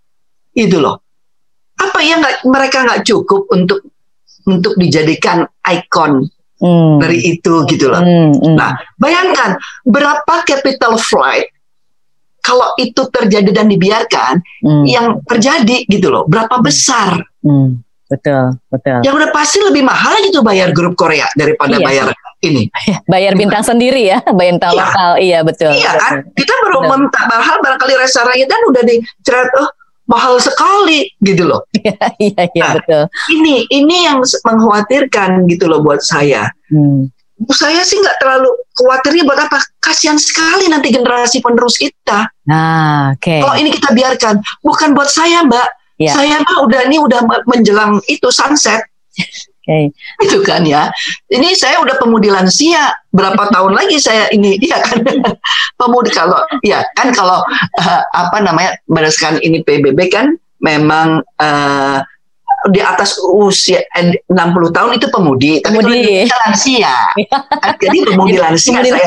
Itu loh. Apa ya nggak, mereka nggak cukup untuk untuk dijadikan ikon hmm. dari itu gitu loh. Hmm, hmm. Nah, bayangkan berapa capital flight kalau itu terjadi dan dibiarkan, hmm. yang terjadi gitu loh, berapa besar. Hmm. Betul, betul. Yang udah pasti lebih mahal gitu bayar grup Korea daripada iya. bayar ini. Bayar bintang gitu. Sendiri ya, bayar bintang iya. lokal. Iya, betul. Iya kan? Kita baru minta mahal, barangkali Reza Rahadian udah diceret, oh mahal sekali gitu loh. Iya, iya, nah, betul. Ini ini yang mengkhawatirkan gitu loh buat saya. Hmm. Saya sih nggak terlalu khawatirnya buat apa? Kasihan sekali nanti generasi penerus kita. Nah, oke. Okay. Kalau ini kita biarkan, bukan buat saya, Mbak. Ya. Saya mah udah ini udah menjelang itu sunset. Okay. Itu kan ya. Ini saya udah pemudi lansia. Berapa tahun lagi saya ini dia kan pemudi, kalau ya kan kalau uh, apa namanya berdasarkan ini P B B kan memang uh, di atas usia enam puluh tahun itu pemudi, tapi pemudi. Kalau lansia. Jadi pemudi lansia saya.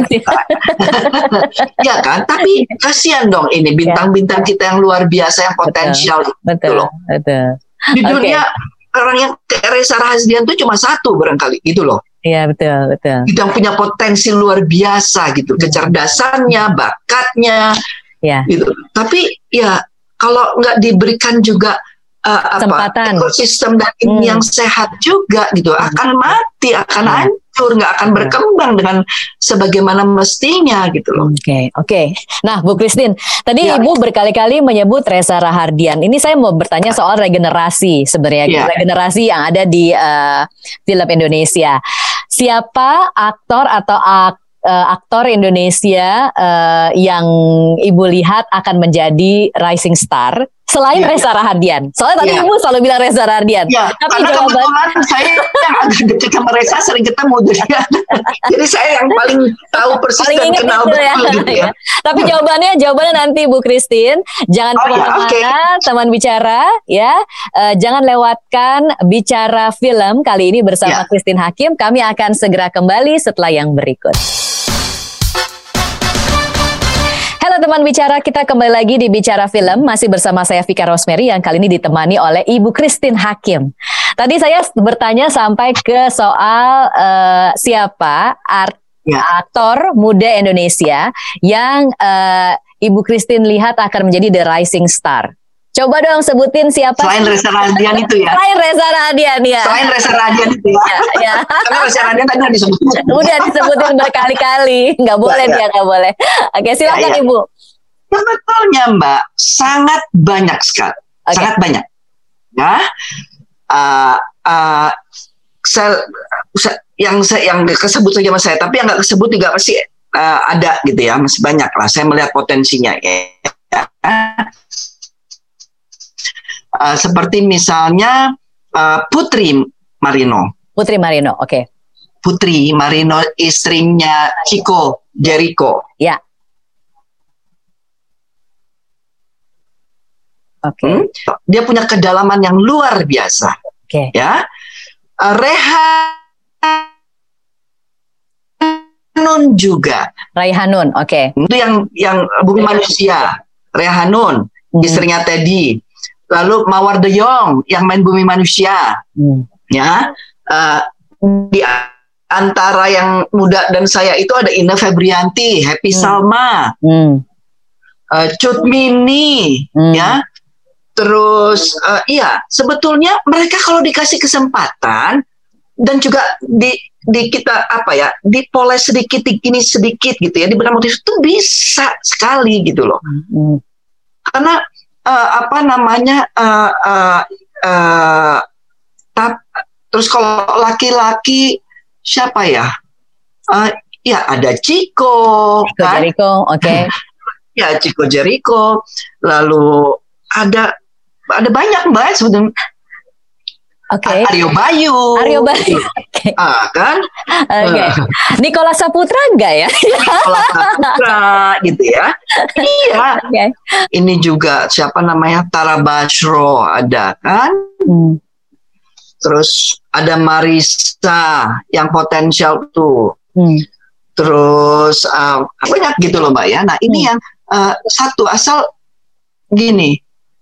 Ya kan? Tapi kasihan dong ini bintang-bintang kita yang luar biasa yang potensial itu betul, loh. Betul. Di dunia okay. orang yang kayak Reza Rahadian itu cuma satu barangkali gitu loh. Iya, betul, betul. Yang punya potensi luar biasa gitu, kecerdasannya, bakatnya, ya. gitu. Tapi ya kalau nggak diberikan juga uh, apa ekosistem dan ini hmm. yang sehat juga gitu, hmm. akan mati, akan hmm. hancur, nggak akan berkembang dengan sebagaimana mestinya gitu loh. Oke, okay, oke. Okay. Nah, Bu Christine, tadi ya. Ibu berkali-kali menyebut Reza Rahardian. Ini saya mau bertanya soal regenerasi sebenarnya, ya. regenerasi yang ada di uh, film Indonesia. Siapa aktor atau ak, uh, aktor Indonesia uh, yang Ibu lihat akan menjadi rising star selain ya, Reza Rahardian? Soalnya tadi ya. Ibu selalu bilang Reza Rahardian. Ya, tapi karena jawaban... kebetulan saya yang agak dekat sama Reza sering ketemu jadi, jadi saya yang paling tahu persis paling dan kenal betul ya. Gitu ya. Tapi jawabannya jawabannya nanti Bu Christine. Jangan oh, kemana-mana, ya, okay. teman bicara ya. Uh, jangan lewatkan bicara film kali ini bersama ya. Christine Hakim. Kami akan segera kembali setelah yang berikut. Halo teman bicara, kita kembali lagi di Bicara Film, masih bersama saya Vika Rosemary yang kali ini ditemani oleh Ibu Christine Hakim. Tadi saya bertanya sampai ke soal uh, siapa art, ya. aktor muda Indonesia yang uh, Ibu Christine lihat akan menjadi the rising star. Coba dong sebutin siapa. Selain Reza Rahardian itu ya. Selain Reza Rahardian ya. Selain Reza Rahardian itu ya. ya, ya. Karena Reza Rahardian tadi udah disebutin. Udah disebutin berkali-kali. Nggak boleh ya, dia, nggak ya. boleh. Oke, silakan ya, ya. Ibu. Sebetulnya Mbak, sangat banyak sekali. Okay. Sangat banyak. Ya. Uh, uh, saya, saya, yang saya, yang kesebut saja sama saya, tapi yang nggak kesebut juga pasti uh, ada gitu ya. Masih banyak lah. Saya melihat potensinya. Ya. Uh, seperti misalnya uh, Putri Marino. Putri Marino, oke. Okay. Putri Marino, istrinya Chico Jericho. Ya. Oke. Okay. Hmm? Dia punya kedalaman yang luar biasa. Oke. Okay. Ya. Uh, Rehanun juga. Raihanun, oke. Okay. Itu yang yang Bumi Manusia. Rehanun, hmm. istrinya Teddy. Lalu Mawar De Jong yang main Bumi Manusia, hmm. ya. Uh, di antara yang muda dan saya itu ada Ina Febrianti, Happy hmm. Salma, hmm. uh, Cut Mini, hmm. ya. Terus, uh, iya, sebetulnya mereka kalau dikasih kesempatan dan juga di di kita apa ya, dipoles sedikit, ini sedikit gitu ya, diberikan motivasi itu bisa sekali gitu loh, hmm. karena Uh, apa namanya uh, uh, uh, tap, terus kalau laki-laki siapa ya? Uh, ya ada Chico, Chico kan? Jericho, oke. Okay. Ya Chico Jericho. Lalu ada ada banyak Mbak sebetulnya. Oke. Okay. Aryo Bayu. Aryo Bayu. Oke. Okay. Ah, kan? Oke. Okay. Uh. Nicholas Saputra enggak ya? Nicholas Saputra gitu ya. Iya. Okay. Ini juga siapa namanya? Tara Basro ada kan? Hmm. Terus ada Marisa yang potensial tuh. Hmm. Terus uh, banyak gitu loh Mbak ya. Nah, ini hmm. yang uh, satu asal gini.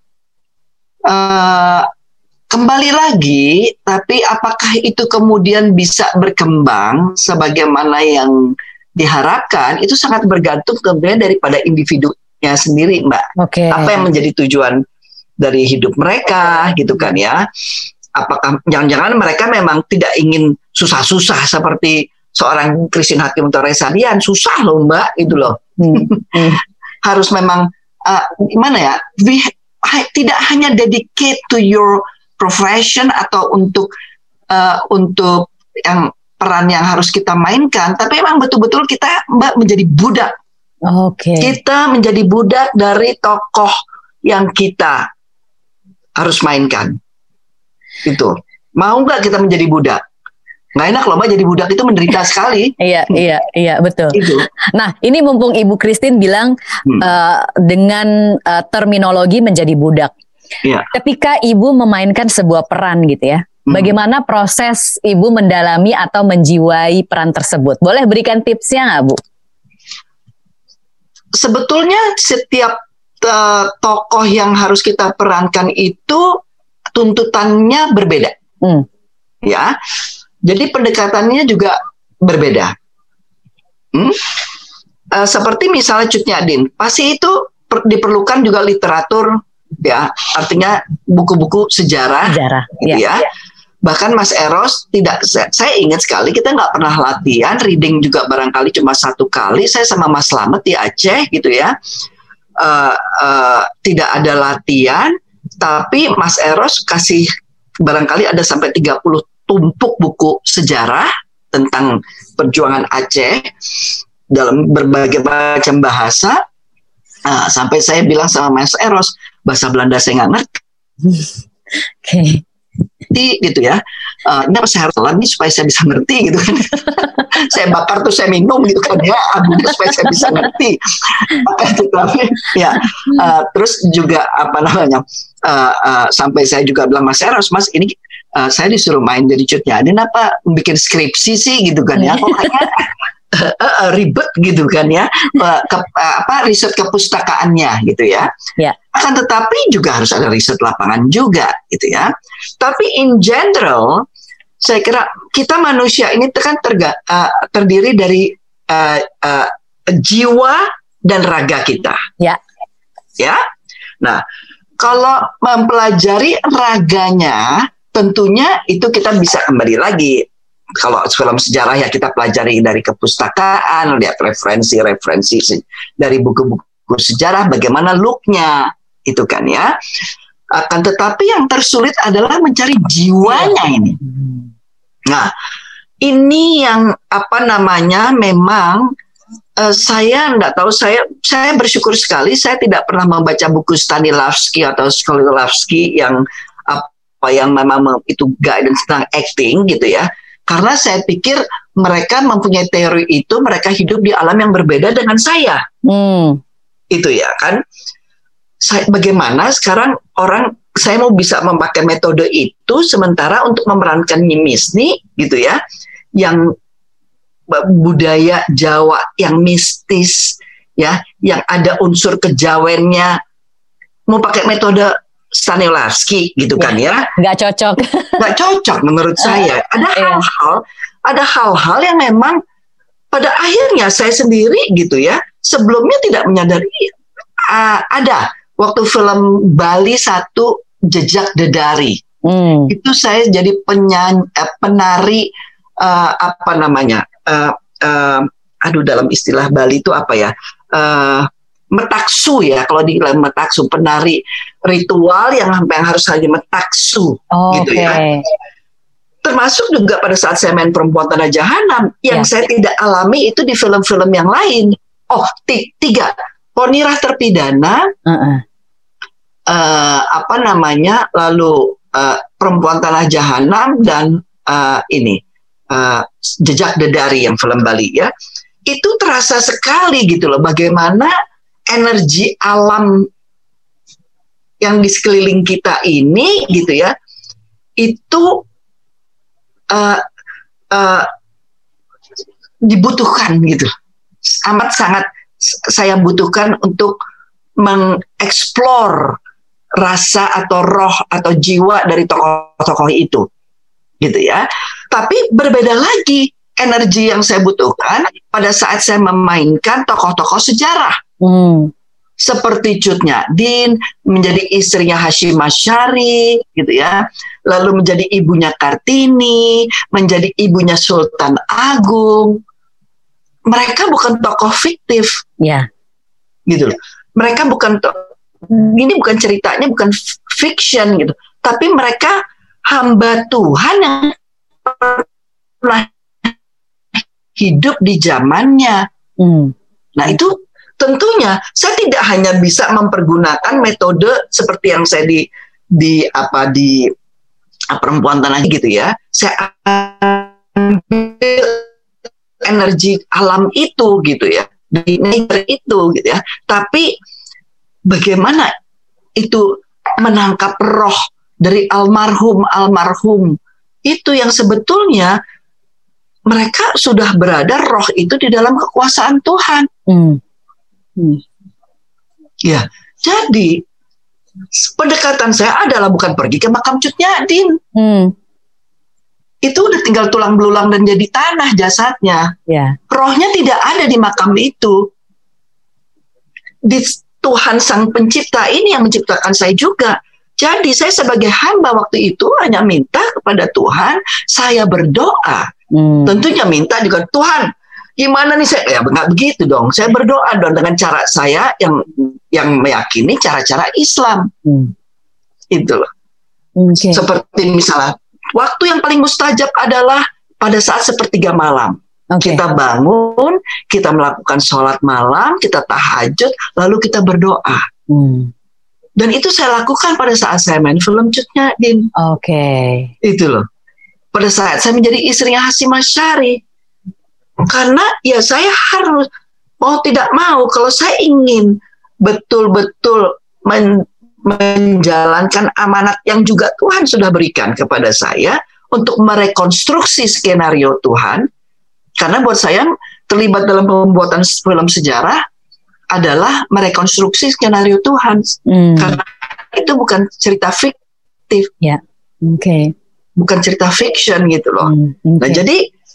Uh, Kembali lagi, tapi apakah itu kemudian bisa berkembang sebagaimana yang diharapkan, itu sangat bergantung kemudian daripada individunya sendiri, Mbak. Okay. Apa yang menjadi tujuan dari hidup mereka, gitu kan ya. Apakah jangan-jangan mereka memang tidak ingin susah-susah seperti seorang Christine Hakim atau Reza Rahardian, susah loh Mbak, itu loh. Hmm. Hmm. Harus memang, uh, gimana ya, we, tidak hanya dedicate to your profession atau untuk uh, untuk yang peran yang harus kita mainkan, tapi memang betul-betul kita Mbak menjadi budak. Oke. Okay. Kita menjadi budak dari tokoh yang kita harus mainkan. Itu. Mau nggak kita menjadi budak? Nggak enak loh Mbak, jadi budak itu menderita sekali. Iya, iya, iya, betul. Itu. Nah, ini mumpung Ibu Christine bilang hmm. uh, dengan uh, terminologi menjadi budak. Ya. Ketika ibu memainkan sebuah peran gitu ya, hmm. bagaimana proses ibu mendalami atau menjiwai peran tersebut? Boleh berikan tipsnya nggak Bu? Sebetulnya setiap uh, tokoh yang harus kita perankan itu tuntutannya berbeda, hmm. ya. Jadi pendekatannya juga berbeda. Hmm? Uh, seperti misalnya Cut Nyak, pasti itu per, diperlukan juga literatur, ya, artinya buku-buku sejarah, sejarah gitu ya. ya. Bahkan Mas Eros tidak, saya, saya ingat sekali kita nggak pernah latihan reading juga barangkali cuma satu kali. Saya sama Mas Slamet di Aceh gitu ya, uh, uh, tidak ada latihan, tapi Mas Eros kasih barangkali ada sampai tiga puluh tumpuk buku sejarah tentang perjuangan Aceh dalam berbagai macam bahasa. Uh, sampai saya bilang sama Mas Eros, bahasa Belanda saya nggak ngerti. Oke. Ngerti gitu ya, uh, ini apa saya harus telan nih supaya saya bisa ngerti gitu kan. Saya bakar tuh saya minum gitu kan ya, aduh, supaya saya bisa ngerti. Tapi ya, uh, terus juga apa namanya, uh, uh, sampai saya juga bilang Mas Eros, Mas ini uh, saya disuruh main jadi Cut Nyak, apa bikin skripsi sih gitu kan ya, kok kayaknya Uh, uh, ribet gitu kan ya, uh, ke, uh, apa riset kepustakaannya gitu ya. Ya. Akan tetapi juga harus ada riset lapangan juga gitu ya. Tapi in general, saya kira kita manusia ini kan terga, uh, terdiri dari uh, uh, jiwa dan raga kita. Ya. Ya. Nah, kalau mempelajari raganya, tentunya itu kita bisa kembali lagi. Kalau film sejarah ya kita pelajari dari kepustakaan, lihat referensi-referensi dari buku-buku sejarah, bagaimana look-nya, itu kan ya. Akan tetapi yang tersulit adalah mencari jiwanya ini. Nah, ini yang apa namanya memang uh, saya enggak tahu, saya saya bersyukur sekali saya tidak pernah membaca buku Stanislavski atau Skolimowski yang apa yang memang itu guidance tentang acting gitu ya. Karena saya pikir mereka mempunyai teori itu, mereka hidup di alam yang berbeda dengan saya. Hmm. Itu ya kan. Saya, bagaimana sekarang orang, saya mau bisa memakai metode itu, sementara untuk memerankan Nyi Misni, gitu ya, yang budaya Jawa yang mistis, ya, yang ada unsur kejawennya, mau pakai metode Stanislavski gitu kan ya, nggak cocok, nggak cocok menurut saya. Ada hal-hal, ada hal-hal yang memang pada akhirnya saya sendiri gitu ya, sebelumnya tidak menyadari. Uh, ada waktu film Bali satu Jejak Dedari, hmm. itu saya jadi penyanyi, uh, penari uh, apa namanya, uh, uh, aduh dalam istilah Bali itu apa ya? Uh, metaksu ya, kalau di metaksu, penari ritual yang yang harus hanya metaksu, oh, gitu okay. ya. Termasuk juga pada saat saya main Perempuan Tanah Jahanam, yang yeah. saya tidak alami itu di film-film yang lain. Oh, tiga, Ponirah Terpidana, uh-uh. uh, apa namanya, lalu uh, Perempuan Tanah Jahanam dan uh, ini uh, Jejak Dedari yang film Bali ya. Itu terasa sekali gitu loh, bagaimana energi alam yang di sekeliling kita ini gitu ya, itu uh, uh, dibutuhkan gitu, amat sangat saya butuhkan untuk mengeksplor rasa atau roh atau jiwa dari tokoh-tokoh itu gitu ya. Tapi berbeda lagi energi yang saya butuhkan pada saat saya memainkan tokoh-tokoh sejarah. Hmm. Seperti Cut Nyak menjadi istrinya Hashim Asyari gitu ya, lalu menjadi ibunya Kartini, menjadi ibunya Sultan Agung. Mereka bukan tokoh fiktif, ya, gitu. Mereka bukan to- ini bukan ceritanya, bukan fiction gitu, tapi mereka hamba Tuhan yang pernah hidup di zamannya. Hmm. Nah itu tentunya saya tidak hanya bisa mempergunakan metode seperti yang saya di di apa di Perempuan Tanah gitu ya. Saya ambil energi alam itu gitu ya, di nature itu gitu ya. Tapi bagaimana itu menangkap roh dari almarhum almarhum itu yang sebetulnya mereka sudah berada, roh itu di dalam kekuasaan Tuhan. Hmm. Hmm. Ya, jadi pendekatan saya adalah bukan pergi ke makam Cut Nyak. Hmm. itu udah tinggal tulang belulang dan jadi tanah jasadnya. Ya. Rohnya tidak ada di makam itu. Di Tuhan Sang Pencipta ini yang menciptakan saya juga. Jadi saya sebagai hamba waktu itu hanya minta kepada Tuhan, saya berdoa. Hmm. Tentunya minta juga, Tuhan, gimana nih saya? Ya nggak begitu dong. Saya berdoa dong dengan cara saya yang yang meyakini cara-cara Islam. Hmm. Itu loh. Okay. Seperti misalnya, waktu yang paling mustajab adalah pada saat sepertiga malam. Okay. Kita bangun, kita melakukan sholat malam, kita tahajud, lalu kita berdoa. Hmm. Dan itu saya lakukan pada saat saya main film Cut Nyak-Din. Oke. Okay. Itu loh. Pada saat saya menjadi istrinya Hasyim Asy'ari. Karena ya saya harus, mau tidak mau, kalau saya ingin betul-betul men- menjalankan amanat yang juga Tuhan sudah berikan kepada saya, untuk merekonstruksi skenario Tuhan. Karena buat saya terlibat dalam pembuatan film sejarah adalah merekonstruksi skenario Tuhan. Hmm. Karena itu bukan cerita fiktif. Ya, oke. Okay. Bukan cerita fiction gitu loh. Hmm. Okay. Nah jadi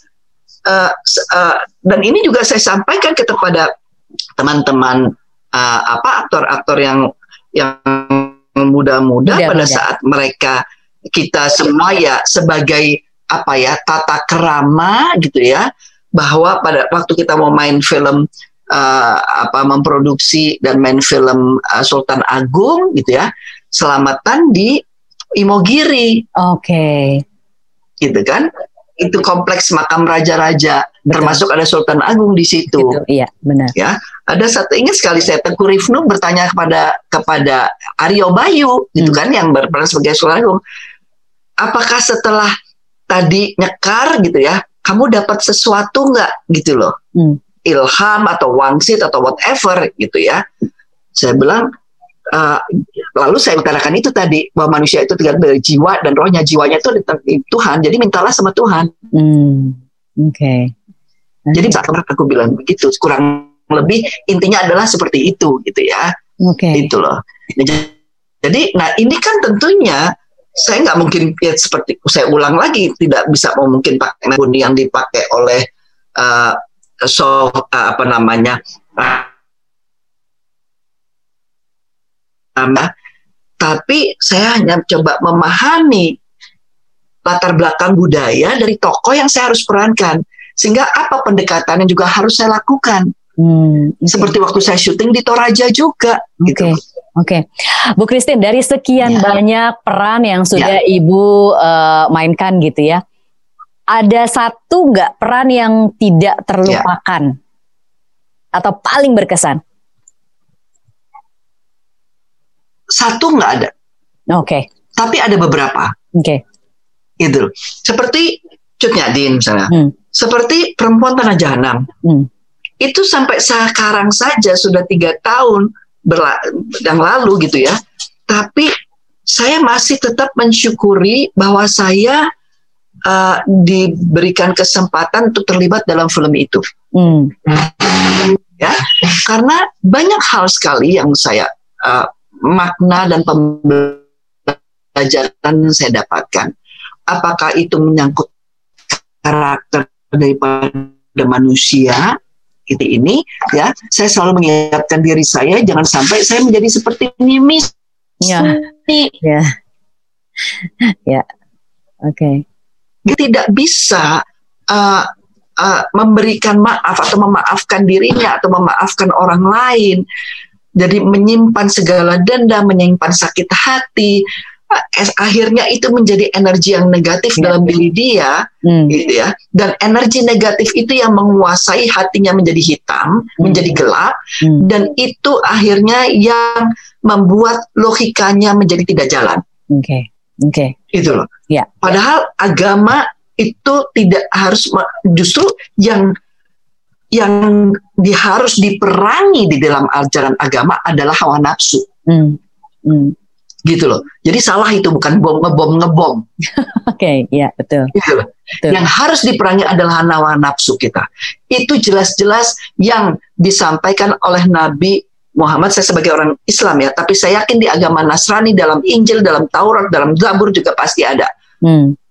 uh, uh, dan ini juga saya sampaikan kepada teman-teman uh, apa aktor-aktor yang yang muda-muda pada saat mereka, kita semua ya sebagai apa ya tata kerama gitu ya, bahwa pada waktu kita mau main film uh, apa memproduksi dan main film uh, Sultan Agung gitu ya, selamatan di Imogiri. Oke. Okay. Gitu kan? Itu kompleks makam raja-raja, termasuk ada Sultan Agung di situ. Gitu, iya, benar. Ya, ada satu, ingat sekali saya, Tengku Rifnu bertanya kepada kepada Aryo Bayu, gitu hmm. kan, yang berperan sebagai Sultan Agung. Apakah setelah tadi nyekar gitu ya, kamu dapat sesuatu nggak gitu loh, hmm. ilham atau wangsit atau whatever gitu ya? Saya bilang, uh, lalu saya utarakan itu tadi, bahwa manusia itu tergantung dari jiwa dan rohnya, jiwanya itu dari Tuhan, jadi mintalah sama Tuhan. Hmm. Oke. Okay. Okay. Jadi saat aku bilang begitu, kurang lebih intinya adalah seperti itu gitu ya. Oke. Okay. Itu loh. Jadi, nah ini kan tentunya saya nggak mungkin ya, seperti saya ulang lagi, tidak bisa mau mungkin pakai metode yang dipakai oleh uh, so uh, apa namanya uh, um, tapi saya hanya coba memahami latar belakang budaya dari tokoh yang saya harus perankan, sehingga apa pendekatan yang juga harus saya lakukan. Hmm, okay. Seperti waktu saya syuting di Toraja juga. Oke. Gitu. Oke, okay. Bu Christine, dari sekian ya. banyak peran yang sudah ya. Ibu uh, mainkan gitu ya, ada satu nggak peran yang tidak terlupakan ya. atau paling berkesan? Satu nggak ada. Oke. Okay. Tapi ada beberapa. Oke. Okay. Gitu. Seperti Cut Nyak-Din misalnya, hmm. seperti Perempuan Tanah Jahanam. Hmm. Itu sampai sekarang saja sudah tiga tahun Berla- yang lalu gitu ya, tapi saya masih tetap mensyukuri bahwa saya uh, diberikan kesempatan untuk terlibat dalam film itu. Hmm. Ya, karena banyak hal sekali yang saya uh, makna dan pembelajaran saya dapatkan. Apakah itu menyangkut karakter daripada manusia? Itu ini ya, saya selalu mengingatkan diri saya jangan sampai saya menjadi seperti Nimis. Ya, ya, ya, oke. Dia tidak bisa uh, uh, memberikan maaf atau memaafkan dirinya atau memaafkan orang lain. Jadi menyimpan segala dendam, menyimpan sakit hati. Eh, akhirnya itu menjadi energi yang negatif ya. dalam diri dia, hmm. gitu ya. Dan energi negatif itu yang menguasai hatinya menjadi hitam, hmm. menjadi gelap, hmm. dan itu akhirnya yang membuat logikanya menjadi tidak jalan. Oke, okay. oke. Okay. Itu loh. Ya. Padahal agama itu tidak harus, justru yang yang di, harus diperangi di dalam ajaran agama adalah hawa nafsu. Hmm. Hmm. Gitu loh. Jadi salah itu bukan bom ngebom ngebom. Oke, okay, ya betul. Gitu loh. Betul. Yang harus diperangi adalah hawa nafsu kita. Itu jelas-jelas yang disampaikan oleh Nabi Muhammad. Saya sebagai orang Islam ya, tapi saya yakin di agama Nasrani, dalam Injil, dalam Taurat, dalam Zabur juga pasti ada. Hmm.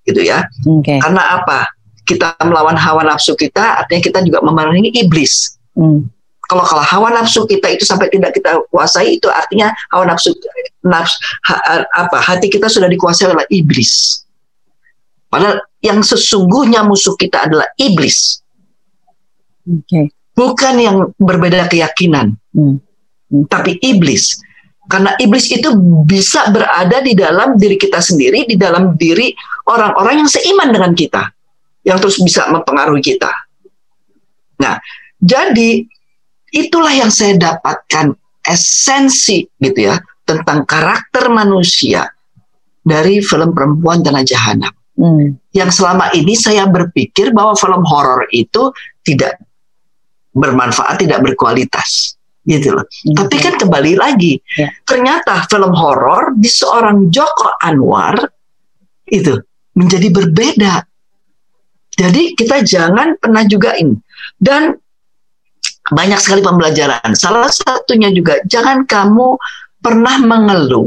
gitu ya. Okay. Karena apa? Kita melawan hawa nafsu kita, artinya kita juga memerangi iblis. Hmm. Kalau kalau hawa nafsu kita itu sampai tidak kita kuasai, itu artinya hawa nafsu, nafsu ha, apa? Hati kita sudah dikuasai oleh iblis. Padahal yang sesungguhnya musuh kita adalah iblis. Okay. Bukan yang berbeda keyakinan, hmm. Hmm. tapi iblis. Karena iblis itu bisa berada di dalam diri kita sendiri, di dalam diri orang-orang yang seiman dengan kita, yang terus bisa mempengaruhi kita. Nah, jadi itulah yang saya dapatkan esensi gitu ya tentang karakter manusia dari film Perempuan Tanah Jahanam. Hmm. Yang selama ini saya berpikir bahwa film horor itu tidak bermanfaat, tidak berkualitas. Gitu loh. Okay. Tapi kan kembali lagi, yeah. ternyata film horor di seorang Joko Anwar itu menjadi berbeda. Jadi kita jangan pernah juga ini. Dan banyak sekali pembelajaran. Salah satunya juga jangan kamu pernah mengeluh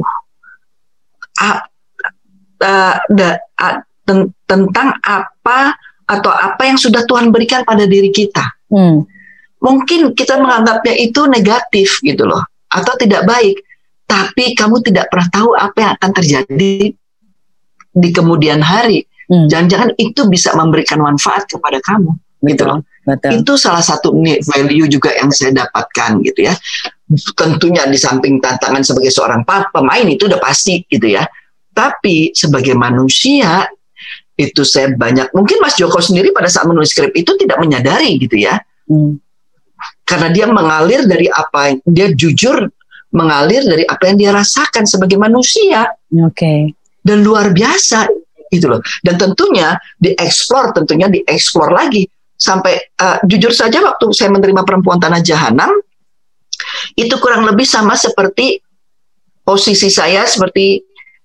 a, a, a, a, ten, tentang apa atau apa yang sudah Tuhan berikan pada diri kita. Hmm. Mungkin kita menganggapnya itu negatif gitu loh, atau tidak baik. Tapi kamu tidak pernah tahu apa yang akan terjadi di kemudian hari. Hmm. Jangan-jangan itu bisa memberikan manfaat kepada kamu. Betul, gitu loh. Betul. Itu salah satu value juga yang saya dapatkan gitu ya. Tentunya di samping tantangan sebagai seorang pemain itu udah pasti gitu ya. Tapi sebagai manusia itu saya banyak. Mungkin Mas Joko sendiri pada saat menulis skrip itu tidak menyadari gitu ya. Hmm. Karena dia mengalir dari apa yang dia jujur mengalir dari apa yang dia rasakan sebagai manusia. Oke. Okay. Dan luar biasa gitu loh. Dan tentunya dieksplor, tentunya dieksplor lagi sampai uh, jujur saja waktu saya menerima Perempuan Tanah Jahanam itu kurang lebih sama seperti posisi saya seperti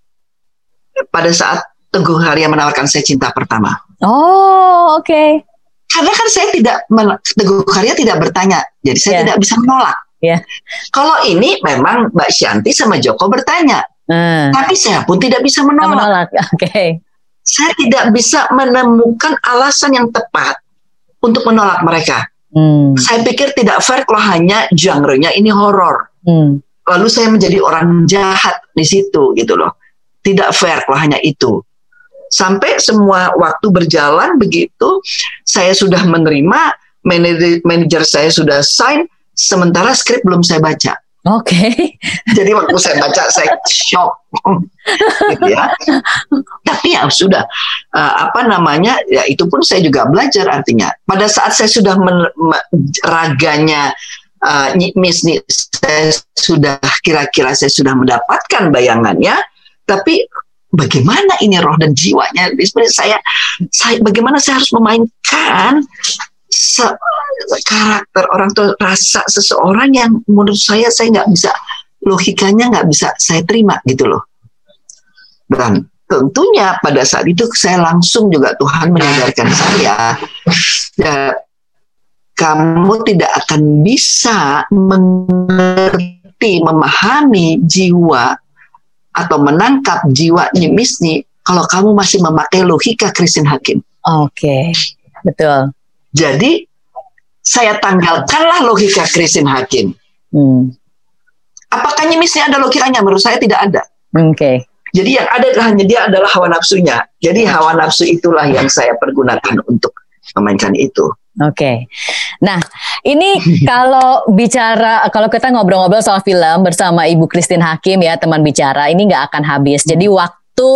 pada saat Teguh Karya menawarkan saya cinta pertama. Oh, oke. Okay. Karena kan saya tidak, Teguh Karya tidak bertanya, jadi saya yeah. tidak bisa menolak. Yeah. Kalau ini memang Mbak Shanti sama Joko bertanya, hmm. tapi saya pun tidak bisa menolak. menolak. Okay. Saya tidak bisa menemukan alasan yang tepat untuk menolak mereka. Hmm. Saya pikir tidak fair kalau hanya genre-nya ini horor. Hmm. Lalu saya menjadi orang jahat di situ gitu loh. Tidak fair kalau hanya itu. Sampai semua waktu berjalan begitu, saya sudah menerima, manajer, manajer saya sudah sign, sementara skrip belum saya baca. Oke. Okay. Jadi waktu saya baca, saya shock, gitu ya. Tapi ya sudah, uh, apa namanya, ya itu pun saya juga belajar artinya. Pada saat saya sudah men- raganya uh, Miss nih, saya sudah kira-kira saya sudah mendapatkan bayangannya, tapi bagaimana ini roh dan jiwanya? Sebenarnya saya, saya bagaimana saya harus memainkan se- karakter orang tua, rasa seseorang yang menurut saya saya nggak bisa, logikanya nggak bisa saya terima gitu loh. Dan tentunya pada saat itu saya langsung juga Tuhan menyadarkan saya, ya, kamu tidak akan bisa mengerti, memahami jiwa atau menangkap jiwa Misni kalau kamu masih memakai logika Christine Hakim. Oke, okay. Betul. Jadi saya tanggalkanlah logika Christine Hakim. Hmm. Apakah Misni ada logikanya? Menurut saya tidak ada. Oke. Okay. Jadi yang ada hanya dia adalah hawa nafsunya. Jadi hawa nafsu itulah yang saya pergunakan untuk memainkan itu. Oke, okay. Nah ini kalau bicara, kalau kita ngobrol-ngobrol soal film bersama Ibu Christine Hakim ya teman bicara, ini nggak akan habis. Jadi waktu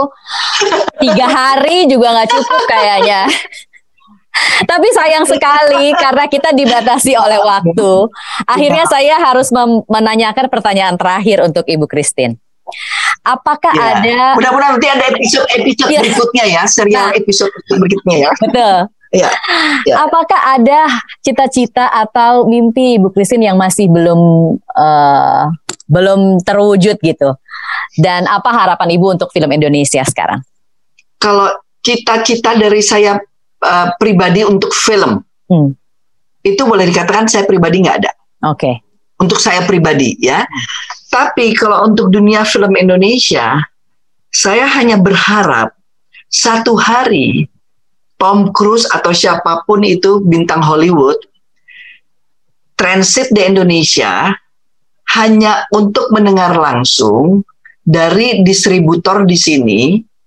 tiga hari juga nggak cukup kayaknya. Tapi sayang sekali karena kita dibatasi oleh waktu. Akhirnya saya harus menanyakan pertanyaan terakhir untuk Ibu Christine. Apakah ya. ada? Mudah-mudahan nanti ada episode-episode ya. berikutnya ya, serial nah, episode berikutnya ya. Betul. Ya, ya. Apakah ada cita-cita atau mimpi Ibu Christine yang masih belum uh, belum terwujud gitu? Dan apa harapan Ibu untuk film Indonesia sekarang? Kalau cita-cita dari saya uh, pribadi untuk film, hmm. itu boleh dikatakan saya pribadi nggak ada. Oke. Okay. Untuk saya pribadi ya. Tapi kalau untuk dunia film Indonesia, saya hanya berharap satu hari Tom Cruise atau siapapun itu bintang Hollywood transit di Indonesia hanya untuk mendengar langsung dari distributor di sini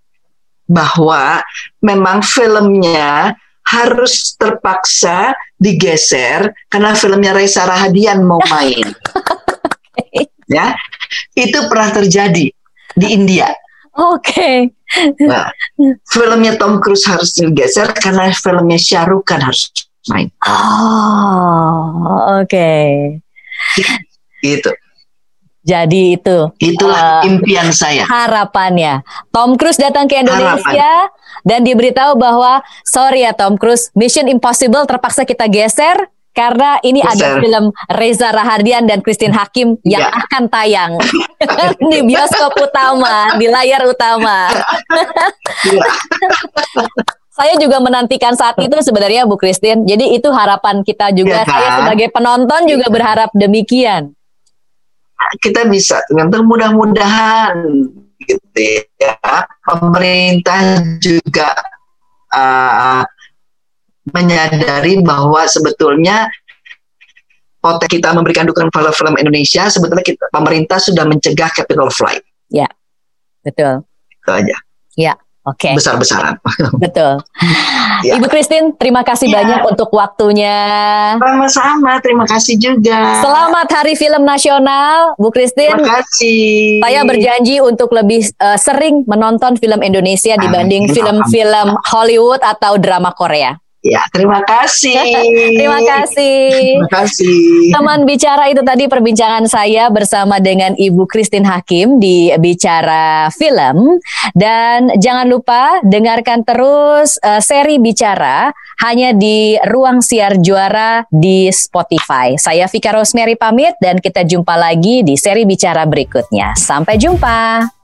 bahwa memang filmnya harus terpaksa digeser karena filmnya Reza Rahadian mau main. Ya, itu pernah terjadi di India. Oke. Okay. Nah, filmnya Tom Cruise harus digeser karena filmnya Shah Rukh Khan harus main. Oh, oke. Okay. Gitu. Jadi itu. Itulah uh, impian saya. Harapannya. Tom Cruise datang ke Indonesia Harapan. Dan diberitahu bahwa sorry ya Tom Cruise, Mission Impossible terpaksa kita geser karena ini geser. Ada film Reza Rahadian dan Christine Hakim yang ya. Akan tayang di bioskop utama, di layar utama. Ya. Saya juga menantikan saat itu sebenarnya Bu Christine. Jadi itu harapan kita juga. Ya, kan? Saya sebagai penonton juga ya. Berharap demikian. Kita bisa, mudah-mudahan gitu ya. Pemerintah juga uh, menyadari bahwa sebetulnya potensi kita memberikan dukungan film-film Indonesia, sebetulnya kita, pemerintah sudah mencegah capital flight. Ya, betul. Itu aja. Ya. Oke. Okay. Besar-besaran. Betul. Ya. Ibu Christine, terima kasih ya. Banyak untuk waktunya. Sama-sama, terima kasih juga. Selamat Hari Film Nasional, Bu Christine. Terima kasih. Saya berjanji untuk lebih uh, sering menonton film Indonesia dibanding film-film Hollywood atau drama Korea. Ya, terima kasih. Terima kasih. Terima kasih. Teman bicara itu tadi perbincangan saya bersama dengan Ibu Christine Hakim di Bicara Film. Dan jangan lupa dengarkan terus uh, seri Bicara hanya di Ruang Siar Juara di Spotify. Saya Vika Rosemary pamit dan kita jumpa lagi di seri Bicara berikutnya. Sampai jumpa.